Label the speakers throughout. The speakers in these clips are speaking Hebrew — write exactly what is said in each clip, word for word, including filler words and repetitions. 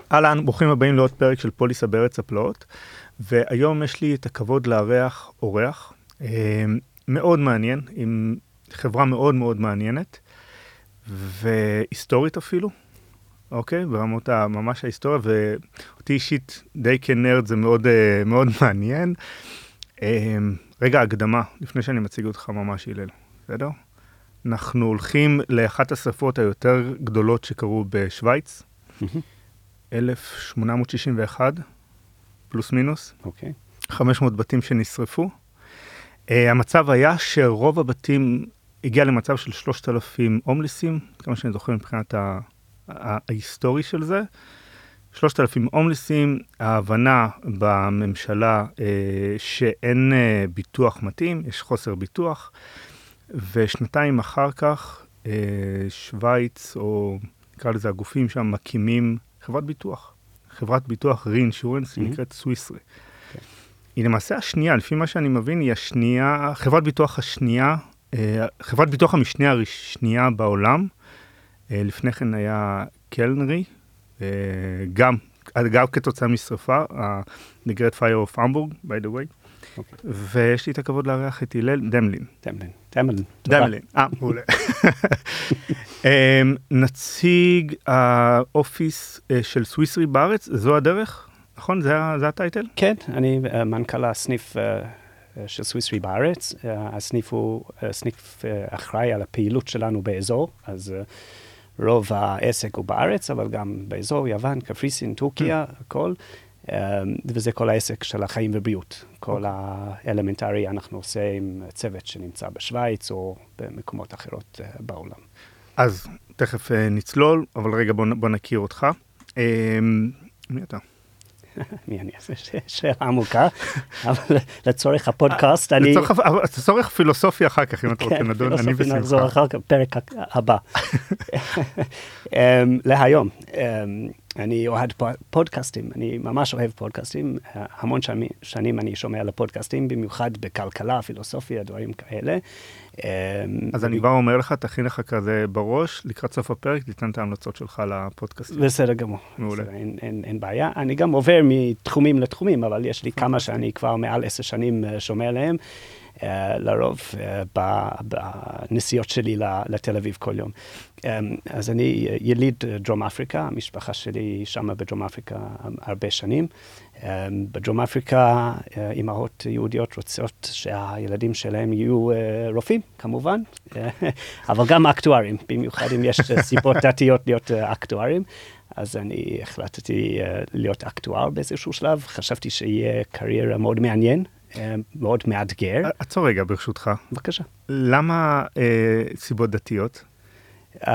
Speaker 1: אהלן, ברוכים הבאים לעוד פרק של פוליסה בארץ הפלאות, והיום יש לי את הכבוד לארח אורח אה, מאוד מעניין, עם חברה מאוד מאוד מעניינת, והיסטורית אפילו, אוקיי? ברמות ממש ההיסטוריה, ואותי אישית די כנרד זה מאוד, אה, מאוד מעניין. אה, רגע, הקדמה, לפני שאני מציג אותך ממש הלל, בסדר? אנחנו הולכים לאחת השרפות היותר גדולות שקרו בשוויץ, אלף שמונה מאות שישים ואחת, פלוס מינוס.
Speaker 2: אוקיי.
Speaker 1: חמש מאות בתים שנשרפו. Uh, המצב היה שרוב הבתים הגיע למצב של שלושת אלפים הומלסים, כמה שאני זוכר מבחינת ה- ה- ההיסטורי של זה. שלושת אלפים הומלסים, ההבנה בממשלה uh, שאין uh, ביטוח מתאים, יש חוסר ביטוח, ושנתיים אחר כך uh, שוויץ, או נקרא לזה הגופים שם, מקימים חברת ביטוח. חברת ביטוח רי-אינשורנס, היא נקראת סוויסרי. היא למעשה השנייה, לפי מה שאני מבין, היא השנייה, חברת ביטוח השנייה, חברת ביטוח המשנה השנייה בעולם. לפני כן היה קלנרי, גם, גם כתוצאה משרפה, The Great Fire of Hamburg, by the way. ויש לי את הכבוד לארח את הלל דמלין.
Speaker 2: דמלין. דמלין.
Speaker 1: דמלין, אה, מעולה. נציג האופיס של סוויסרי בארץ, זו הדרך? נכון? זה, זה הטייטל?
Speaker 2: כן, אני מנכ"ל הסניף של סוויסרי בארץ. הסניף הוא סניף אחראי על הפעילות שלנו באזור, אז רוב העסק הוא בארץ, אבל גם באזור, יוון, קפריסין, טורקיה, הכל. וזה כל העסק של החיים ובריאות. כל האלמנטרי אנחנו עושה עם צוות שנמצא בשוויץ או במקומות אחרות בעולם.
Speaker 1: אז תכף נצלול, אבל רגע בוא, בוא נכיר אותך. מי אתה?
Speaker 2: מי אני? שאלה עמוקה, אבל לצורך הפודקאסט אני...
Speaker 1: לצורך פילוסופיה אחר כך, אם אתה רוצה נדון, אני בשמחה.
Speaker 2: פילוסופיה נחזור אחר כך, פרק הבא. להיום, אני אוהד פודקאסטים, אני ממש אוהב פודקאסטים, המון שנים אני שומע לפודקאסטים, במיוחד בכלכלה, פילוסופיה, דברים כאלה.
Speaker 1: אז אני כבר אומר לך, תכין לך כזה בראש, לקראת סוף הפרק, תיתן את ההמלצות שלך לפודקאסטים.
Speaker 2: בסדר גמור.
Speaker 1: מעולה.
Speaker 2: אין, אין, אין בעיה. אני גם עובר מתחומים לתחומים, אבל יש לי כמה שאני כבר מעל עשר שנים שומע להם, uh, לרוב uh, בנסיעות שלי לתל אביב כל יום. Um, אז אני יליד דרום אפריקה, המשפחה שלי שמה בדרום אפריקה הרבה שנים. Um, בדרום אפריקה uh, אמהות יהודיות רוצות שהילדים שלהם יהיו uh, רופאים, כמובן, אבל גם אקטוארים, במיוחד אם יש סיבות דתיות להיות uh, אקטוארים. אז אני החלטתי uh, להיות אקטואר באיזשהו שלב, חשבתי שיהיה קריירה מאוד מעניין, uh, מאוד מאתגר.
Speaker 1: עצור רגע ברשותך.
Speaker 2: בבקשה.
Speaker 1: למה uh, סיבות דתיות?
Speaker 2: Uh,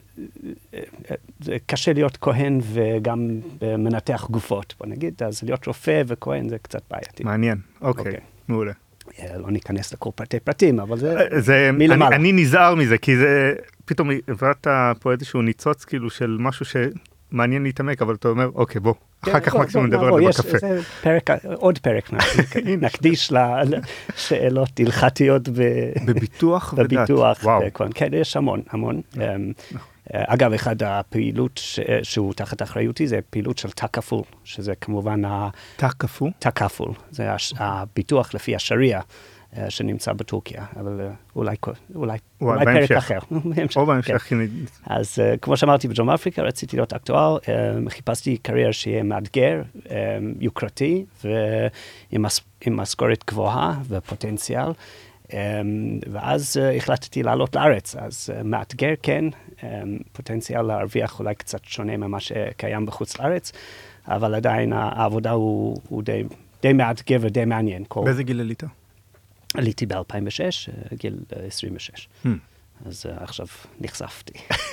Speaker 2: זה קשה להיות כהן וגם מנתח גופות, בוא נגיד, אז להיות רופא וכהן זה קצת בעייתי.
Speaker 1: מעניין, אוקיי, okay. מעולה.
Speaker 2: Uh, לא ניכנס לכל פרטי פרטים, אבל זה,
Speaker 1: זה
Speaker 2: מלמעלה.
Speaker 1: אני, אני נזהר מזה, כי זה פתאום הבאת פה איזשהו ניצוץ כאילו של משהו שמעניין להתעמק, אבל אתה אומר, אוקיי, בוא, אחר כך מקסימום נדבר על זה בקפה.
Speaker 2: זה פרק, עוד פרק נקדיש לשאלות הלכתיות
Speaker 1: בביטוח ודת.
Speaker 2: בביטוח, כן, יש המון, המון. אגב, אחד הפעילות שהוא תחת אחריותי, זה פעילות של תא כפול, שזה כמובן...
Speaker 1: תא כפול?
Speaker 2: תא כפול, זה הביטוח לפי השריעה. שנמצא בטורקיה, אבל אולי, אולי, אולי פרק אחר.
Speaker 1: או בהמשך.
Speaker 2: אז כמו שאמרתי, בדרום אפריקה רציתי להיות אקטואר, חיפשתי קריירה שיהיה מאתגר, יוקרתי, ועם משכורת גבוהה ופוטנציאל, ואז החלטתי לעלות לארץ, אז מאתגר כן, פוטנציאל להרוויח אולי קצת שונה ממה שקיים בחוץ לארץ, אבל עדיין העבודה הוא, הוא די, די מאתגר ודי מעניין.
Speaker 1: באיזה גיל עלית?
Speaker 2: עליתי ב-אלפיים ושש, גיל עשרים ושש. Hmm. אז uh, עכשיו נחשפתי.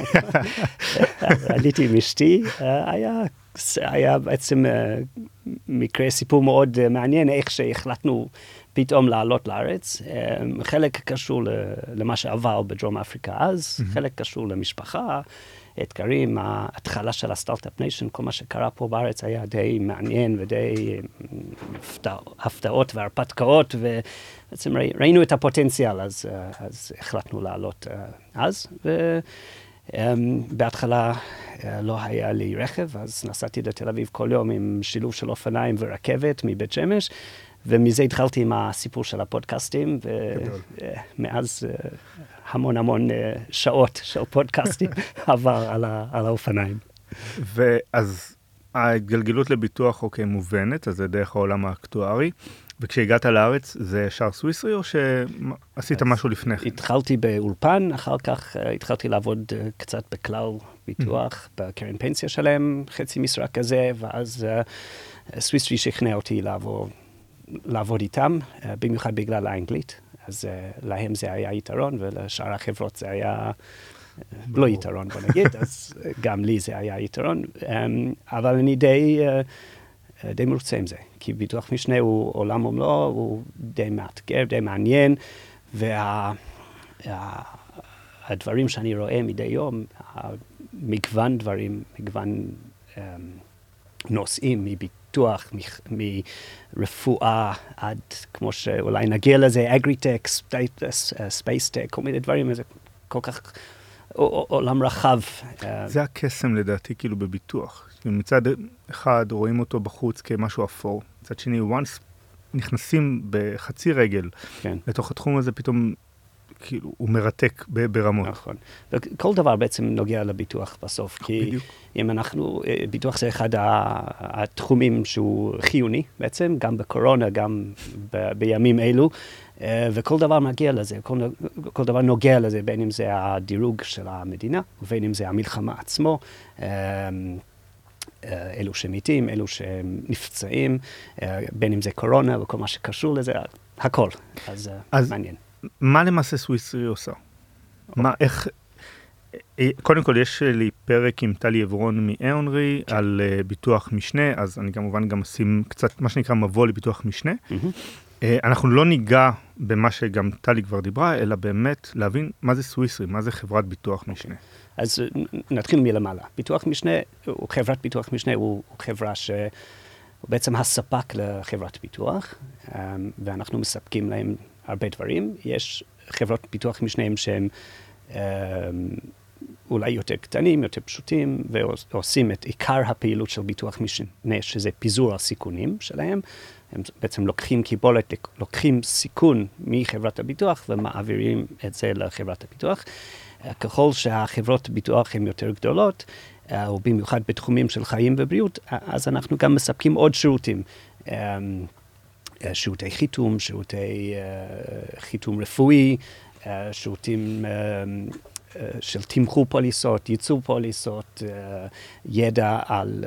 Speaker 2: עליתי עם אשתי, uh, היה, היה בעצם uh, מקרה סיפור מאוד uh, מעניין, איך שהחלטנו פתאום לעלות לארץ. Um, חלק קשור למה שעבר בדרום אפריקה אז, mm-hmm. חלק קשור למשפחה, אתגרים, ההתחלה של הסטארט-אפ ניישן, כל מה שקרה פה בארץ היה די מעניין ודי הפתעות והרפתקאות, ובעצם ראינו את הפוטנציאל, אז, אז החלטנו לעלות אז, בהתחלה לא היה לי רכב, אז נסעתי לתל אביב כל יום עם שילוב של אופניים ורכבת מבית שמש, ומזה התחלתי עם הסיפור של הפודקאסטים, ומאז המון המון שעות של פודקאסטים עבר על, ה, על האופניים.
Speaker 1: ואז ההתגלגלות לביטוח אוקיי מובנת, אז זה דרך העולם האקטוארי, וכשהגעת לארץ זה שער סוויסרי או שעשית משהו לפני כן?
Speaker 2: התחלתי באולפן, אחר כך התחלתי לעבוד קצת בכלל ביטוח, בקרן פנסיה שלהם, חצי משרה כזה, ואז סוויסרי שכנע אותי לעבוד, לעבוד איתם, במיוחד בגלל האנגלית, אז להם זה היה יתרון, ולשאר החברות זה היה לא יתרון, בוא נגיד, אז גם לי זה היה יתרון, אבל אני די... די מרוצה עם זה, כי ביטוח משנה הוא עולם ומלואו, הוא די מאתגר, די מעניין, והדברים שאני רואה מדי יום, מגוון דברים, מגוון נושאים מביטוח, מרפואה, עד כמו שאולי נגיע לזה, אגריטק, ספייסטק, כל מיני דברים, זה כל כך עולם רחב.
Speaker 1: זה הקסם לדעתי כאילו בביטוח. מצד אחד רואים אותו בחוץ כמשהו אפור, מצד שני, once נכנסים בחצי רגל
Speaker 2: כן.
Speaker 1: לתוך התחום הזה, פתאום כאילו הוא מרתק ברמות.
Speaker 2: נכון. וכל דבר בעצם נוגע לביטוח בסוף, כי
Speaker 1: בדיוק.
Speaker 2: אם אנחנו, ביטוח זה אחד התחומים שהוא חיוני בעצם, גם בקורונה, גם ב- בימים אלו, וכל דבר מגיע לזה, כל, כל דבר נוגע לזה, בין אם זה הדירוג של המדינה, ובין אם זה המלחמה עצמו, אלו שמתים, אלו שנפצעים, בין אם זה קורונה וכל מה שקשור לזה, הכל. אז, אז מעניין.
Speaker 1: מה למעשה סוויסרי עושה? מה, איך... קודם כל, יש לי פרק עם טלי עברון מאונרי כן. על uh, ביטוח משנה, אז אני כמובן גם אשים קצת, מה שנקרא, מבוא לביטוח משנה. Mm-hmm. Uh, אנחנו לא ניגע במה שגם טלי כבר דיברה, אלא באמת להבין מה זה סוויסרי, מה זה חברת ביטוח okay. משנה.
Speaker 2: אז נתחיל מלמעלה. ביטוח משנה, חברת ביטוח משנה הוא חברה שהוא בעצם הספק לחברת ביטוח, ואנחנו מספקים להם הרבה דברים. יש חברות ביטוח משנה שהם אולי יותר קטנים, יותר פשוטים, ועושים את עיקר הפעילות של ביטוח משנה, שזה פיזור הסיכונים שלהם. הם בעצם לוקחים קיבולת, לוקחים סיכון מחברת הביטוח ומעבירים את זה לחברת הביטוח. ככל שהחברות ביטוח הן יותר גדולות, או במיוחד בתחומים של חיים ובריאות, אז אנחנו גם מספקים עוד שירותים. שירותי חיתום, שירותי חיתום רפואי, שירותים של תמחור פוליסות, ייצור פוליסות, ידע על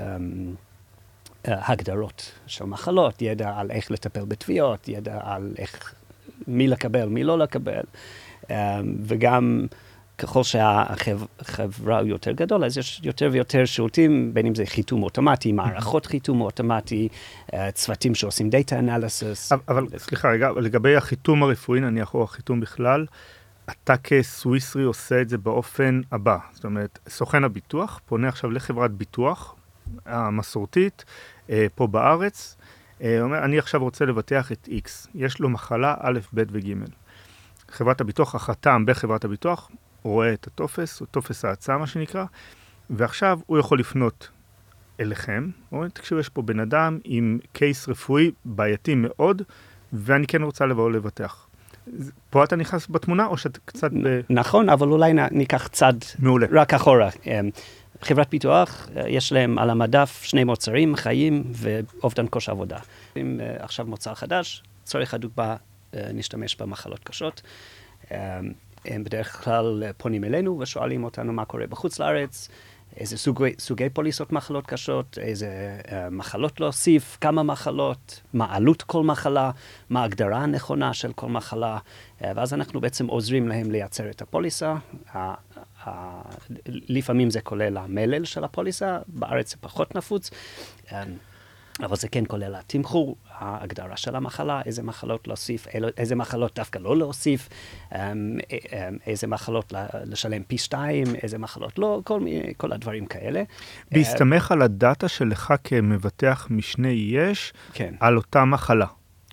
Speaker 2: הגדרות של מחלות, ידע על איך לטפל בתביעות, ידע על איך, מי לקבל, מי לא לקבל, וגם ככל שהחברה היא יותר גדול, אז יש יותר ויותר שירותים, בין אם זה חיתום אוטומטי, מערכות חיתום אוטומטי, צוותים שעושים data analysis.
Speaker 1: אבל סליחה, רגע, לגבי החיתום הרפואי, נניח או החיתום בכלל, אתה כסוויסרי עושה את זה באופן הבא. זאת אומרת, סוכן הביטוח פונה עכשיו לחברת ביטוח המסורתית, פה בארץ, אומר, אני עכשיו רוצה לבטח את X. יש לו מחלה א', ב' וג'. חברת הביטוח, החתם בחברת הביטוח, רואה את הטופס, או טופס ההצעה, מה שנקרא, ועכשיו הוא יכול לפנות אליכם, או תקשיב, יש פה בן אדם עם קייס רפואי בעייתי מאוד, ואני כן רוצה לבוא לבטח. פה אתה נכנס בתמונה, או שאתה קצת... ב...
Speaker 2: נכון, אבל אולי ניקח צד
Speaker 1: מעולה.
Speaker 2: רק אחורה. חברת ביטוח, יש להם על המדף שני מוצרים, חיים ואובדן כושר עבודה. אם עכשיו מוצר חדש, צורך הדוגמה, נשתמש במחלות קשות. הם בדרך כלל פונים אלינו ושואלים אותנו מה קורה בחוץ לארץ, איזה סוגי, סוגי פוליסות מחלות קשות, איזה uh, מחלות להוסיף, כמה מחלות, מה עלות כל מחלה, מה ההגדרה הנכונה של כל מחלה, uh, ואז אנחנו בעצם עוזרים להם לייצר את הפוליסה. Uh, uh, לפעמים זה כולל המלל של הפוליסה, בארץ זה פחות נפוץ, um, אבל זה כן כולל התמחור, ההגדרה של המחלה, איזה מחלות להוסיף, איזה מחלות דווקא לא להוסיף, איזה מחלות לשלם פי שתיים, איזה מחלות לא, כל, כל הדברים כאלה.
Speaker 1: בהסתמך על הדאטה שלך כמבטח משנה יש,
Speaker 2: כן.
Speaker 1: על אותה מחלה.
Speaker 2: כן.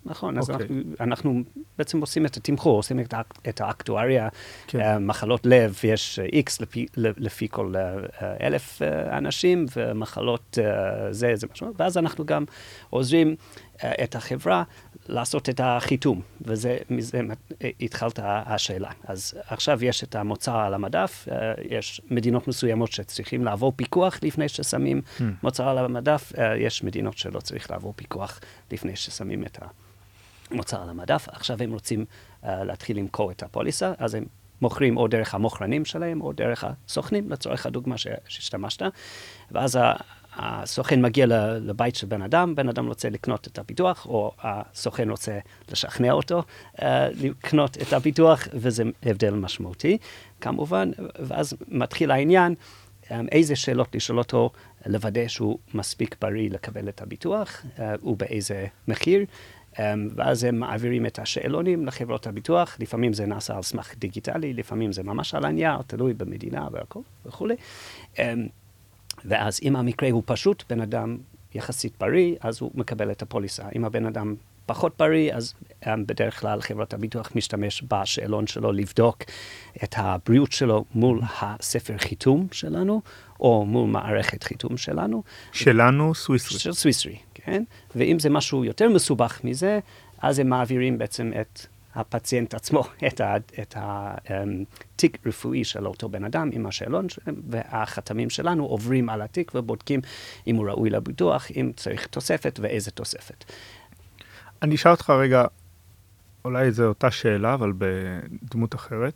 Speaker 2: נכון. אז
Speaker 1: אוקיי.
Speaker 2: אנחנו, אנחנו בעצם עושים את התמחור, עושים את, האק- את האקטואריה,
Speaker 1: כן.
Speaker 2: אה, מחלות לב, יש אה, X לפי, לפי כל אה, אלף אה, אנשים, ומחלות אה, זה, זה משהו, ואז אנחנו גם עוזרים אה, את החברה לעשות את החיתום, וזה, מזה התחלת השאלה. אז עכשיו יש את המוצר על המדף, אה, יש מדינות מסוימות שצריכים לעבור פיקוח לפני ששמים
Speaker 1: Hmm.
Speaker 2: מוצר על המדף, אה, יש מדינות שלא צריך לעבור פיקוח לפני ששמים את המוצר על המדף. עכשיו הם רוצים אה, להתחיל למכור את הפוליסה, אז הם מוכרים או דרך המוכרנים שלהם, או דרך הסוכנים, לצורך הדוגמה ש- שהשתמשת, ואז ה- הסוכן מגיע לבית של בן אדם, בן אדם רוצה לקנות את הביטוח, או הסוכן רוצה לשכנע אותו uh, לקנות את הביטוח, וזה הבדל משמעותי, כמובן, ואז מתחיל העניין, um, איזה שאלות לשאול אותו, לוודא שהוא מספיק בריא לקבל את הביטוח, uh, ובאיזה מחיר, um, ואז הם מעבירים את השאלונים לחברות הביטוח, לפעמים זה נעשה על סמך דיגיטלי, לפעמים זה ממש על הנייר, תלוי במדינה והכל וכו'. Um, ואז אם המקרה הוא פשוט, בן אדם יחסית בריא, אז הוא מקבל את הפוליסה. אם הבן אדם פחות בריא, אז בדרך כלל חברת הביטוח משתמש בשאלון שלו לבדוק את הבריאות שלו מול הספר חיתום שלנו, או מול מערכת חיתום שלנו.
Speaker 1: שלנו, סוויסרי.
Speaker 2: של סוויסרי, כן? ואם זה משהו יותר מסובך מזה, אז הם מעבירים בעצם את הפציינט עצמו, את ה- את התיק רפואי של אותו בן אדם עם השאלון, והחתמים שלנו עוברים על התיק ובודקים אם הוא ראוי לביטוח, אם צריך תוספת ואיזה תוספת.
Speaker 1: אני אשאל אותך רגע, אולי זו אותה שאלה, אבל בדמות אחרת.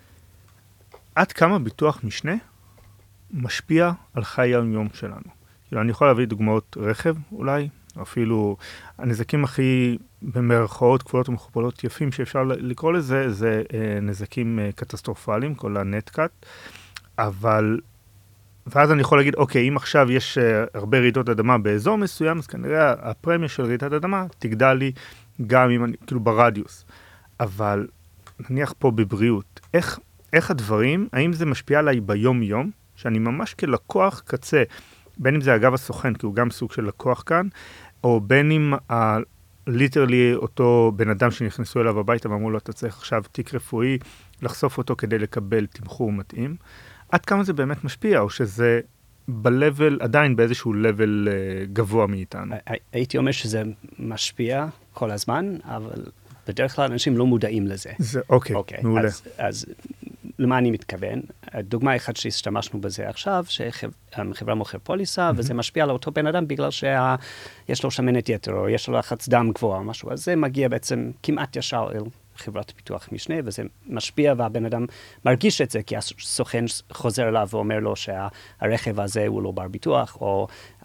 Speaker 1: עד כמה ביטוח משנה משפיע על חיי היום שלנו? כאילו, אני יכול להביא דוגמאות רכב, אולי, או אפילו הנזקים הכי במרכאות כפולות ומכופלות יפים שאפשר לקרוא לזה, זה אה, נזקים אה, קטסטרופליים, כל הנטקאט, אבל, ואז אני יכול להגיד, אוקיי, אם עכשיו יש אה, הרבה רעידות אדמה באזור מסוים, אז כנראה הפרמיה של רעידת אדמה תגדל לי גם אם אני, כאילו ברדיוס. אבל נניח פה בבריאות, איך, איך הדברים, האם זה משפיע עליי ביום-יום, שאני ממש כלקוח קצה, בין אם זה אגב הסוכן, כי הוא גם סוג של לקוח כאן, או בין אם ה... ליטרלי אותו בן אדם שנכנסו אליו הביתה ואמרו לו, אתה צריך עכשיו תיק רפואי, לחשוף אותו כדי לקבל תמחור מתאים. עד כמה זה באמת משפיע, או שזה ב-level, עדיין באיזשהו level uh, גבוה מאיתנו?
Speaker 2: הייתי אומר שזה משפיע כל הזמן, אבל בדרך כלל אנשים לא מודעים לזה.
Speaker 1: זה, אוקיי,
Speaker 2: אוקיי,
Speaker 1: מעולה.
Speaker 2: אז, אז למה אני מתכוון? דוגמה אחת שהשתמשנו בזה עכשיו, שחברה מוכר פוליסה, וזה משפיע על אותו בן אדם בגלל שיש לו שמנת יתר, או יש לו לחץ דם גבוה או משהו, אז זה מגיע בעצם כמעט ישר אל חברת פיתוח משנה, וזה משפיע והבן אדם מרגיש את זה, כי הסוכן חוזר אליו ואומר לו שהרכב הזה הוא לא בר ביטוח, או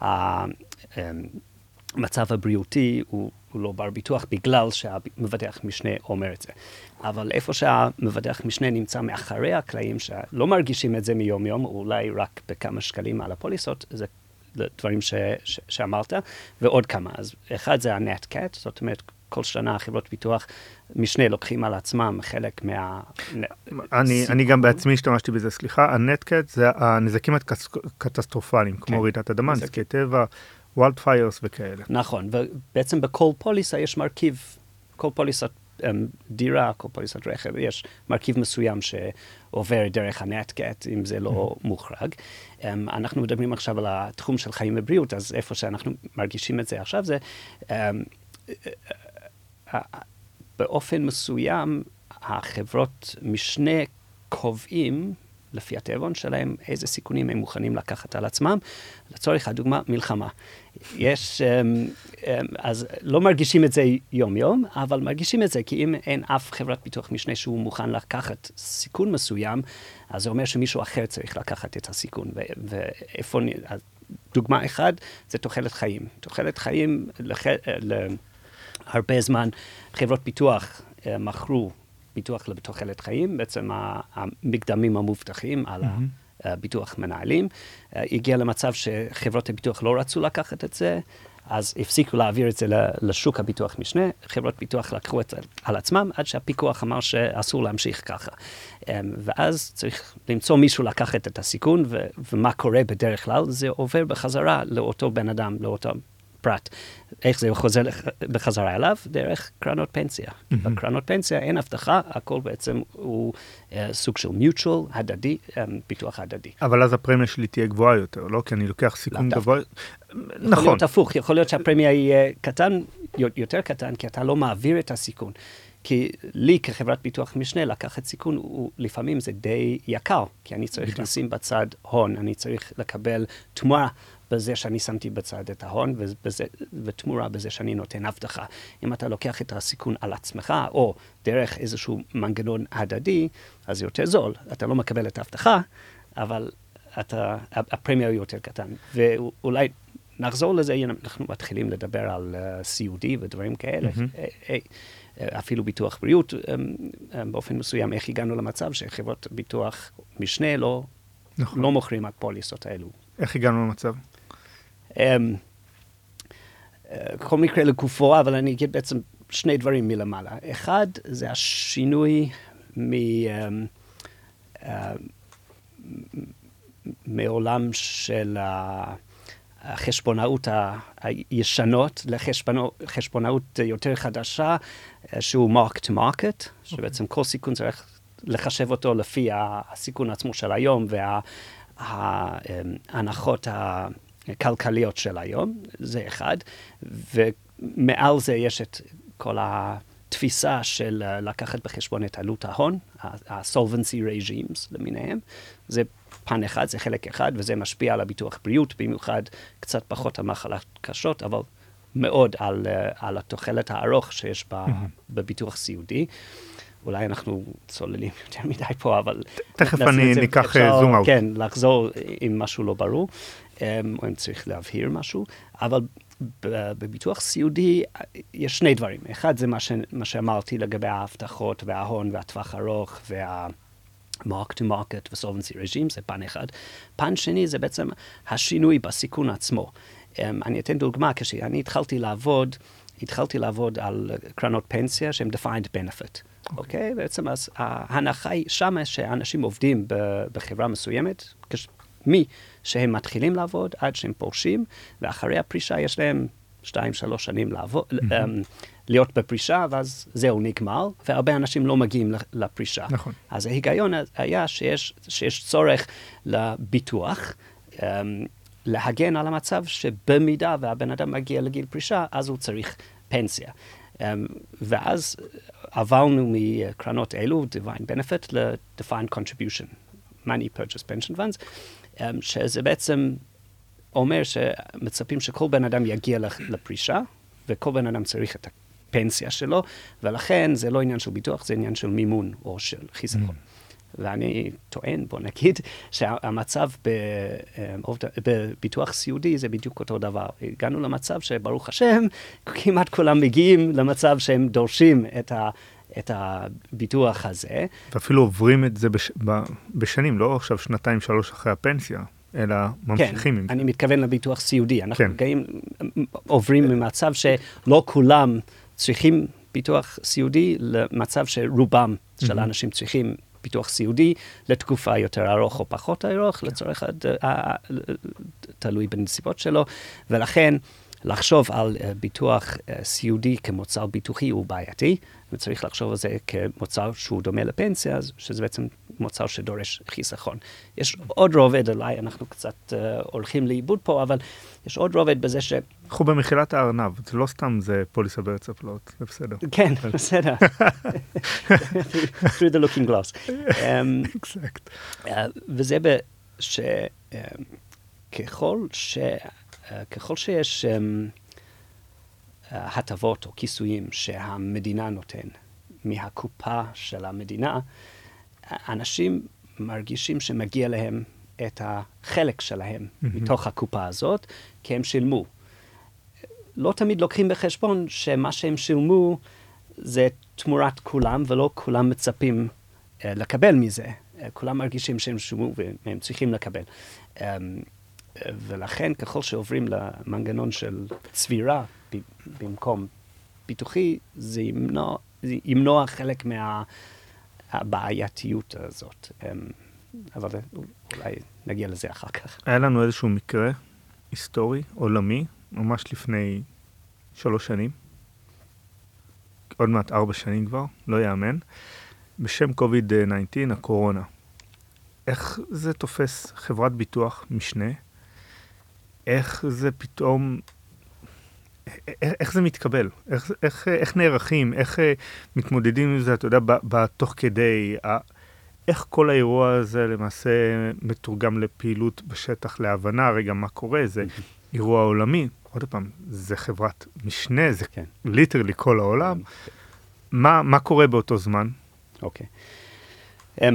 Speaker 2: המצב הבריאותי הוא הוא לא בר ביטוח בגלל שהמבטח משנה אומר את זה. אבל איפה שהמבטח משנה נמצא מאחורי הקלעים, שלא מרגישים את זה מיום יום, אולי רק בכמה שקלים על הפוליסות, זה דברים ש, ש, שאמרת, ועוד כמה. אז אחד זה ה-NetCat, זאת אומרת, כל שנה חברות ביטוח משנה לוקחים על עצמם חלק מה...
Speaker 1: אני, אני גם בעצמי השתמשתי בזה, סליחה, ה-NetCat זה הנזקים הקטסטרופליים, כמו רעידת אדמה, נזקי טבע, וולד פיירס וכאלה.
Speaker 2: נכון, ובעצם בכל פוליסה יש מרכיב, כל פוליסת um, דירה, כל פוליסת רכב, יש מרכיב מסוים שעובר דרך הנטקט, אם זה לא מוחרג. Um, אנחנו מדברים עכשיו על התחום של חיים ובריאות, אז איפה שאנחנו מרגישים את זה עכשיו זה, um, uh, באופן מסוים, החברות משנה קובעים, לפי התיאבון שלהם, איזה סיכונים הם מוכנים לקחת על עצמם. לצורך הדוגמה, מלחמה. יש, אז לא מרגישים את זה יום-יום, אבל מרגישים את זה, כי אם אין אף חברת ביטוח משנה שהוא מוכן לקחת סיכון מסוים, אז זה אומר שמישהו אחר צריך לקחת את הסיכון. ואיפה, דוגמה אחת, זה תוחלת חיים. תוחלת חיים, להרבה זמן, חברות ביטוח מכרו, ביטוח לתוחלת חיים, בעצם המקדמים המובטחים על הביטוח מנהלים. הגיע למצב שחברות הביטוח לא רצו לקחת את זה, אז הפסיקו להעביר את זה לשוק הביטוח משנה, חברות ביטוח לקחו את זה על עצמם, עד שהפיקוח אמר שאסור להמשיך ככה. ואז צריך למצוא מישהו לקחת את הסיכון, ומה קורה בדרך כלל, זה עובר בחזרה לאותו בן אדם, לאותו פרט. איך זה חוזר בחזרה אליו? דרך קרנות פנסיה. Mm-hmm. בקרנות פנסיה אין הבטחה, הכל בעצם הוא uh, סוג של mutual, הדדי, um, ביטוח הדדי.
Speaker 1: אבל אז הפרמיה שלי תהיה גבוהה יותר, לא? כי אני לוקח סיכון גבוה.
Speaker 2: נכון. יכול להיות הפוך, יכול להיות שהפרמיה יהיה קטן, יותר קטן, כי אתה לא מעביר את הסיכון. כי לי כחברת ביטוח משנה לקחת סיכון, הוא, לפעמים זה די יקר, כי אני צריך לשים בצד הון, אני צריך לקבל תמורה בזה שאני שמתי בצד את ההון, ובזה, ותמורה בזה שאני נותן הבטחה. אם אתה לוקח את הסיכון על עצמך, או דרך איזשהו מנגנון הדדי, אז זה יותר זול. אתה לא מקבל את ההבטחה, אבל אתה, הפרמיה הוא יותר קטן. ואולי נחזור לזה, אנחנו מתחילים לדבר על uh, סיעודי ודברים כאלה. Mm-hmm. Hey, hey, אפילו ביטוח בריאות, באופן מסוים, איך הגענו למצב שחברות ביטוח משנה לא, נכון. לא מוכרים הפוליסות האלו.
Speaker 1: איך הגענו למצב?
Speaker 2: כל מקרה לגופו, אבל אני אגיד בעצם שני דברים מלמעלה. אחד, זה השינוי מ, מעולם של החשבונאות הישנות לחשבונאות יותר חדשה, שהוא mark to market, שבעצם כל סיכון צריך לחשב אותו לפי הסיכון עצמו של היום וההנחות הכלכליות של היום, זה אחד. ומעל זה יש את כל התפיסה של לקחת בחשבון את עלות ההון, ה-solvency regimes למיניהם. זה פן אחד, זה חלק אחד, וזה משפיע על הביטוח בריאות, במיוחד קצת פחות על מחלות קשות, אבל מאוד על, על התוחלת הארוך שיש ב, בביטוח סיעודי. אולי אנחנו צוללים יותר מדי פה, אבל...
Speaker 1: תכף אני ניקח זום אאוט.
Speaker 2: כן, לחזור אם משהו לא ברור, או אם צריך להבהיר משהו, אבל בביטוח סיעודי יש שני דברים. אחד זה מה, ש, מה שאמרתי לגבי ההבטחות וההון והטווח ארוך וה... mark to market ו-solvency regime, זה פן אחד. פן שני זה בעצם השינוי בסיכון עצמו. Um, אני אתן דוגמה, כשאני התחלתי לעבוד, התחלתי לעבוד על קרנות פנסיה שהם defined benefit. אוקיי? Okay. Okay? בעצם אז ההנחה היא שמה שאנשים עובדים בחברה מסוימת, כש... מי שהם מתחילים לעבוד עד שהם פורשים, ואחרי הפרישה יש להם שתיים, שלוש שנים לעבוד, mm-hmm. um, להיות בפרישה, ואז זהו נגמר, והרבה אנשים לא מגיעים לפרישה.
Speaker 1: נכון.
Speaker 2: אז ההיגיון היה שיש, שיש צורך לביטוח, um, להגן על המצב שבמידה והבן אדם מגיע לגיל פרישה, אז הוא צריך פנסיה. Um, ואז עברנו מקרנות אלו, Defined Benefit, ל-Defined Contribution, Money Purchase Pension Funds, um, שזה בעצם אומר שמצפים שכל בן אדם יגיע לפרישה, וכל בן אדם צריך את הפנסיה שלו, ולכן זה לא עניין של ביטוח, זה עניין של מימון או של חיסכון. Mm. ואני טוען, בוא נגיד, שהמצב בביטוח סיעודי זה בדיוק אותו דבר. הגענו למצב שברוך השם, כמעט כולם מגיעים למצב שהם דורשים את ה... את הביטוח הזה.
Speaker 1: ואפילו עוברים את זה בש... בשנים, לא עכשיו שנתיים, שלוש אחרי הפנסיה, אלא ממשיכים
Speaker 2: כן,
Speaker 1: עם זה.
Speaker 2: אני מתכוון לביטוח סיעודי. אנחנו
Speaker 1: כן.
Speaker 2: גאים, עוברים ממצב שלא כולם צריכים ביטוח סיעודי, למצב שרובם של האנשים צריכים ביטוח סיעודי, לתקופה יותר ארוך או פחות ארוך, כן. לצורך עד, תלוי בנסיבות שלו, ולכן לחשוב על ביטוח סיעודי כמוצר ביטוחי הוא בעייתי, וצריך לחשוב על זה כמוצר שהוא דומה לפנסיה, שזה בעצם מוצר שדורש חיסכון. יש עוד רובד עליי, אנחנו קצת uh, הולכים לאיבוד פה, אבל יש עוד רובד בזה ש...
Speaker 1: אנחנו במחילת הארנב, זה לא סתם זה פוליסה בארץ הפלאות, זה בסדר.
Speaker 2: כן, בסדר. through the looking glass.
Speaker 1: Exact.
Speaker 2: וזה שככל ש... ככל שיש הטבות או כיסויים שהמדינה נותן מהקופה של המדינה, אנשים מרגישים שמגיע להם את החלק שלהם mm-hmm. מתוך הקופה הזאת, כי הם שילמו. לא תמיד לוקחים בחשבון שמה שהם שילמו זה תמורת כולם, ולא כולם מצפים uh, לקבל מזה. Uh, כולם מרגישים שהם שילמו והם צריכים לקבל. Um, ולכן ככל שעוברים למנגנון של צבירה ב- במקום ביטוחי, זה ימנוע, זה ימנוע חלק מהבעייתיות הזאת. אבל אולי נגיע לזה אחר כך.
Speaker 1: היה לנו איזשהו מקרה היסטורי, עולמי, ממש לפני שלוש שנים, עוד מעט ארבע שנים כבר, לא יאמן, בשם קוביד תשע עשרה, הקורונה. איך זה תופס חברת ביטוח משנה? איך זה פתאום, איך, איך זה מתקבל? איך, איך, איך נערכים? איך מתמודדים עם זה, אתה יודע, בתוך כדי, איך כל האירוע הזה למעשה מתורגם לפעילות בשטח, להבנה, רגע, מה קורה? זה אירוע עולמי. עוד פעם, זה חברת משנה, זה כן. ליטרלי כל העולם. מה, מה קורה באותו זמן?
Speaker 2: אוקיי. Okay. Um...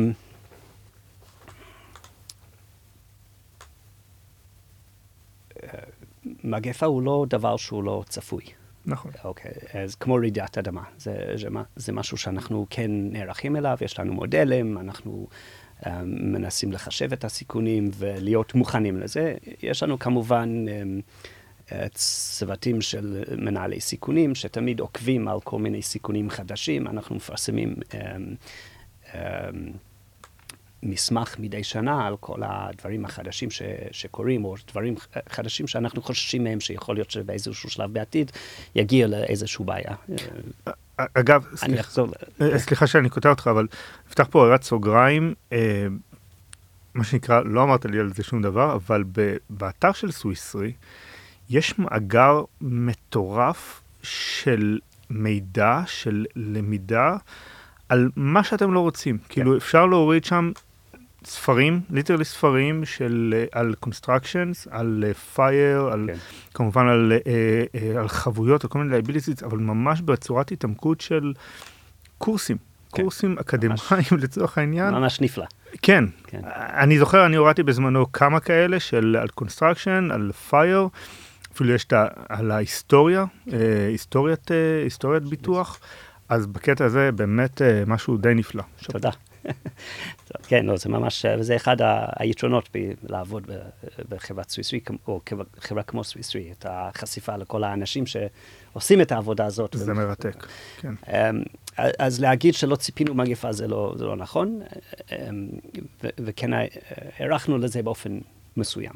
Speaker 2: מגפה הוא לא דבר שהוא לא צפוי.
Speaker 1: נכון.
Speaker 2: אוקיי, אז כמו רעידת אדמה. זה, זה, זה משהו שאנחנו כן נערכים אליו, יש לנו מודלים, אנחנו um, מנסים לחשב את הסיכונים ולהיות מוכנים לזה. יש לנו כמובן um, צוותים של מנהלי סיכונים, שתמיד עוקבים על כל מיני סיכונים חדשים. אנחנו מפרסמים um, um, מסמך מדי שנה על כל הדברים החדשים ש, שקורים, או דברים חדשים שאנחנו חוששים מהם, שיכול להיות שבאיזשהו שלב בעתיד יגיע לאיזשהו בעיה.
Speaker 1: אגב, סליחה, סליחה שאני קוטע אותך, אבל נפתח פה הערת סוגריים, מה שנקרא, לא אמרת לי על זה שום דבר, אבל באתר של סוויסרי, יש מאגר מטורף של מידע, של למידה, על מה שאתם לא רוצים. כאילו, אפשר להוריד שם ספרים, ליטרלי ספרים של, על constructions, על fire, על, כמובן על, על חבויות, על כל מיני liabilities, אבל ממש בצורת התעמקות של קורסים, קורסים אקדמיים לצורך העניין.
Speaker 2: ממש נפלא.
Speaker 1: כן. אני זוכר, אני הורדתי בזמנו כמה כאלה של על construction, על fire, אפילו יש על ההיסטוריה, היסטוריית, היסטוריית ביטוח. אז בקטע הזה באמת משהו די נפלא.
Speaker 2: תודה. כן, לא, זה ממש, וזה אחד היתרונות לעבוד בחברת סוויסרי, או חברה כמו סוויסרי, את החשיפה לכל האנשים שעושים את העבודה הזאת.
Speaker 1: זה מרתק, כן.
Speaker 2: אז להגיד שלא ציפינו מגפה זה לא, זה לא נכון, וכן, הערכנו לזה באופן מסוים.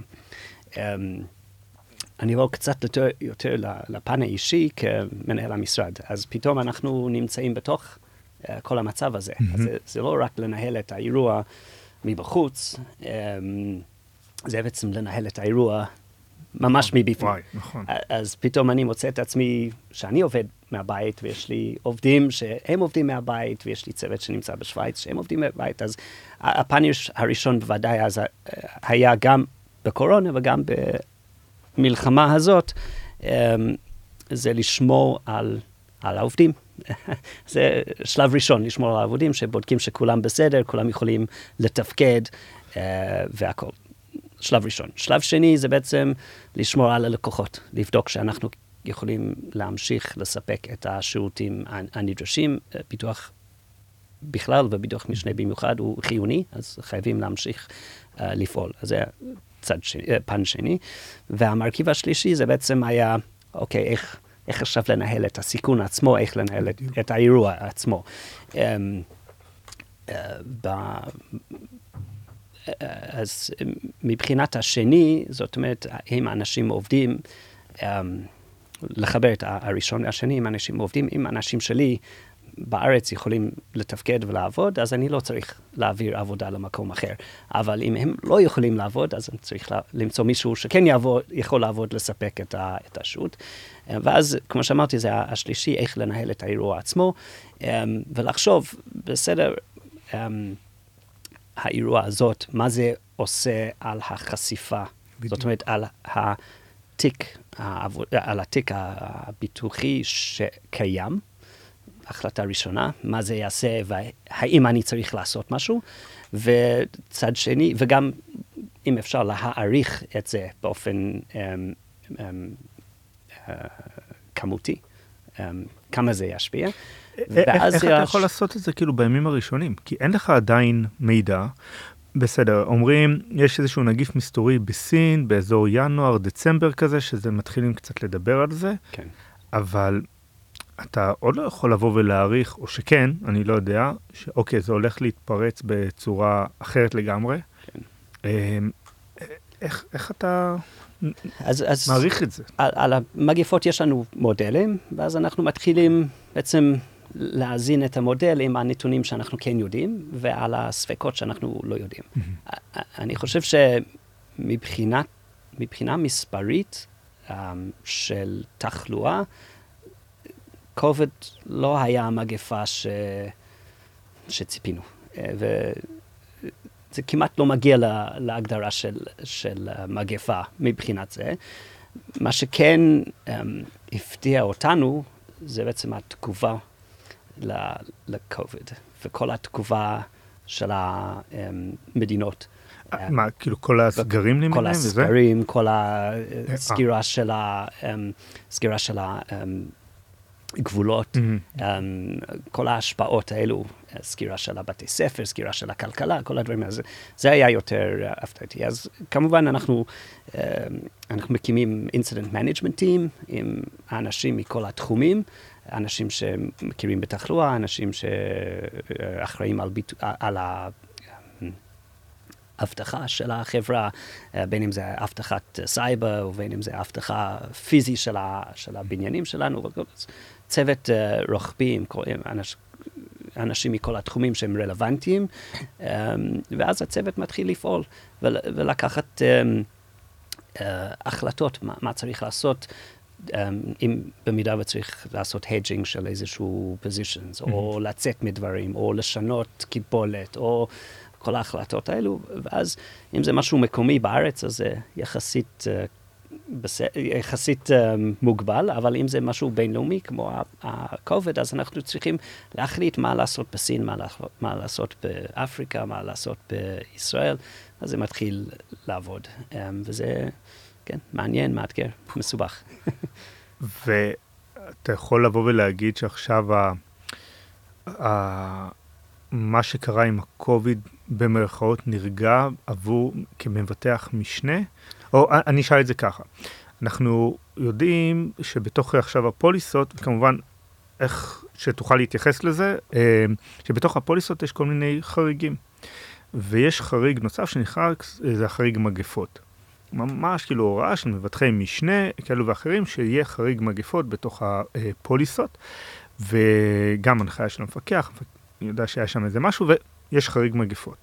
Speaker 2: אני רואה קצת יותר, יותר לפן האישי כמנהל המשרד. אז פתאום אנחנו נמצאים בתוך uh, כל המצב הזה. Mm-hmm. אז זה, זה לא רק לנהל את האירוע מבחוץ, um, זה בעצם לנהל את האירוע ממש oh, מבפנים.
Speaker 1: וואי, נכון.
Speaker 2: אז פתאום אני מוצא את עצמי שאני עובד מהבית, ויש לי עובדים שהם עובדים מהבית, ויש לי צוות שנמצא בשוויץ שהם עובדים מהבית. אז הפן הראשון בוודאי אז היה גם בקורונה וגם ב... מלחמה הזאת, זה לשמור על, על העובדים. זה שלב ראשון, לשמור על העובדים, שבודקים שכולם בסדר, כולם יכולים לתפקד, והכל. שלב ראשון. שלב שני זה בעצם לשמור על הלקוחות, לבדוק שאנחנו יכולים להמשיך לספק את השירותים הנדרשים. פיתוח בכלל וביטוח משנה במיוחד הוא חיוני, אז חייבים להמשיך uh, לפעול. אז זה צד שני, פן שני. והמרכיב השלישי זה בעצם היה, אוקיי, איך, איך עכשיו לנהל את הסיכון עצמו, איך לנהל את, את האירוע עצמו. Um, uh, ב, אז מבחינת השני, זאת אומרת, אם אנשים עובדים, um, לחבר את הראשון והשני, אם אנשים עובדים, אם אנשים שלי בארץ יכולים לתפקד ולעבוד, אז אני לא צריך להעביר עבודה למקום אחר. אבל אם הם לא יכולים לעבוד, אז אני צריך למצוא מישהו שכן יעבוד, יכול לעבוד לספק את, ה, את השירות. ואז, כמו שאמרתי, זה השלישי, איך לנהל את האירוע עצמו, ולחשוב, בסדר, האירוע הזאת, מה זה עושה על החשיפה, בדיוק. זאת אומרת, על התיק, על התיק הביטוחי שקיים, החלטה ראשונה, מה זה יעשה, והאם אני צריך לעשות משהו, וצד שני, וגם אם אפשר להעריך את זה באופן um, um, uh, כמותי, um, כמה זה ישפיע.
Speaker 1: איך אתה יכול לעשות את זה כאילו בימים הראשונים? כי אין לך עדיין מידע, בסדר, אומרים, יש איזשהו נגיף מסתורי בסין, באזור ינואר, דצמבר כזה, שזה מתחילים קצת לדבר על זה, כן. אבל אתה עוד לא יכול לבוא ולהעריך, או שכן, אני לא יודע, שאוקיי, זה הולך להתפרץ בצורה אחרת לגמרי. כן. איך, איך אתה
Speaker 2: אז, אז
Speaker 1: מעריך את זה.
Speaker 2: על, על המגפות יש לנו מודלים, ואז אנחנו מתחילים בעצם להזין את המודל עם הנתונים שאנחנו כן יודעים, ועל הספקות שאנחנו לא יודעים. Mm-hmm. אני חושב שמבחינה מבחינה מספרית um, של תחלואה, קוביד לא היה מגפה ש... שציפינו. וזה כמעט לא מגיע לה, להגדרה של, של מגפה מבחינת זה. מה שכן um, הפתיע אותנו, זה בעצם התגובה לקוביד, וכל התגובה של המדינות.
Speaker 1: מה, כאילו כל הסגרים למיניהם?
Speaker 2: כל הסגרים, כל הסגירה של ה... סגירה של הגבולות, כל ההשפעות האלו, סגירה של הבתי ספר, סגירה של הכלכלה, כל הדברים הזה, זה היה יותר הפתעתי. אז כמובן אנחנו, אנחנו מקימים incident management team עם האנשים מכל התחומים, אנשים שמכירים בתחלואה, אנשים שאחראים על, ביט... על ההבטחה של החברה, בין אם זה הבטחת סייבר, ובין אם זה הבטחה פיזי של, ה... של הבניינים שלנו. צוות רוחבי עם כל... אנש... אנשים מכל התחומים שהם רלוונטיים, ואז הצוות מתחיל לפעול ול... ולקחת החלטות, מה, מה צריך לעשות, Um, אם במידה וצריך לעשות hedging של איזשהו positions, mm-hmm. או לצאת מדברים, או לשנות קיבולת, או כל ההחלטות האלו, ואז אם זה משהו מקומי בארץ, אז זה יחסית, uh, בס... יחסית uh, מוגבל, אבל אם זה משהו בינלאומי כמו ה-COVID, אז אנחנו צריכים להחליט מה לעשות בסין, מה, לעשות, מה לעשות באפריקה, מה לעשות בישראל, אז זה מתחיל לעבוד, um, וזה... כן, מעניין, מאתגר, מסובך.
Speaker 1: ואתה יכול לבוא ולהגיד שעכשיו ה... ה... מה שקרה עם הקוביד במרכאות נרגע עבור כמבטח משנה? או אני אשאל את זה ככה. אנחנו יודעים שבתוך עכשיו הפוליסות, וכמובן איך שתוכל להתייחס לזה, שבתוך הפוליסות יש כל מיני חריגים. ויש חריג נוסף שנקרא, זה החריג מגפות. ממש כאילו הוראה של מבטחי משנה, כאלו ואחרים, שיהיה חריג מגפות בתוך הפוליסות, וגם הנחיה של המפקח, אני יודע שהיה שם איזה משהו, ויש חריג מגפות.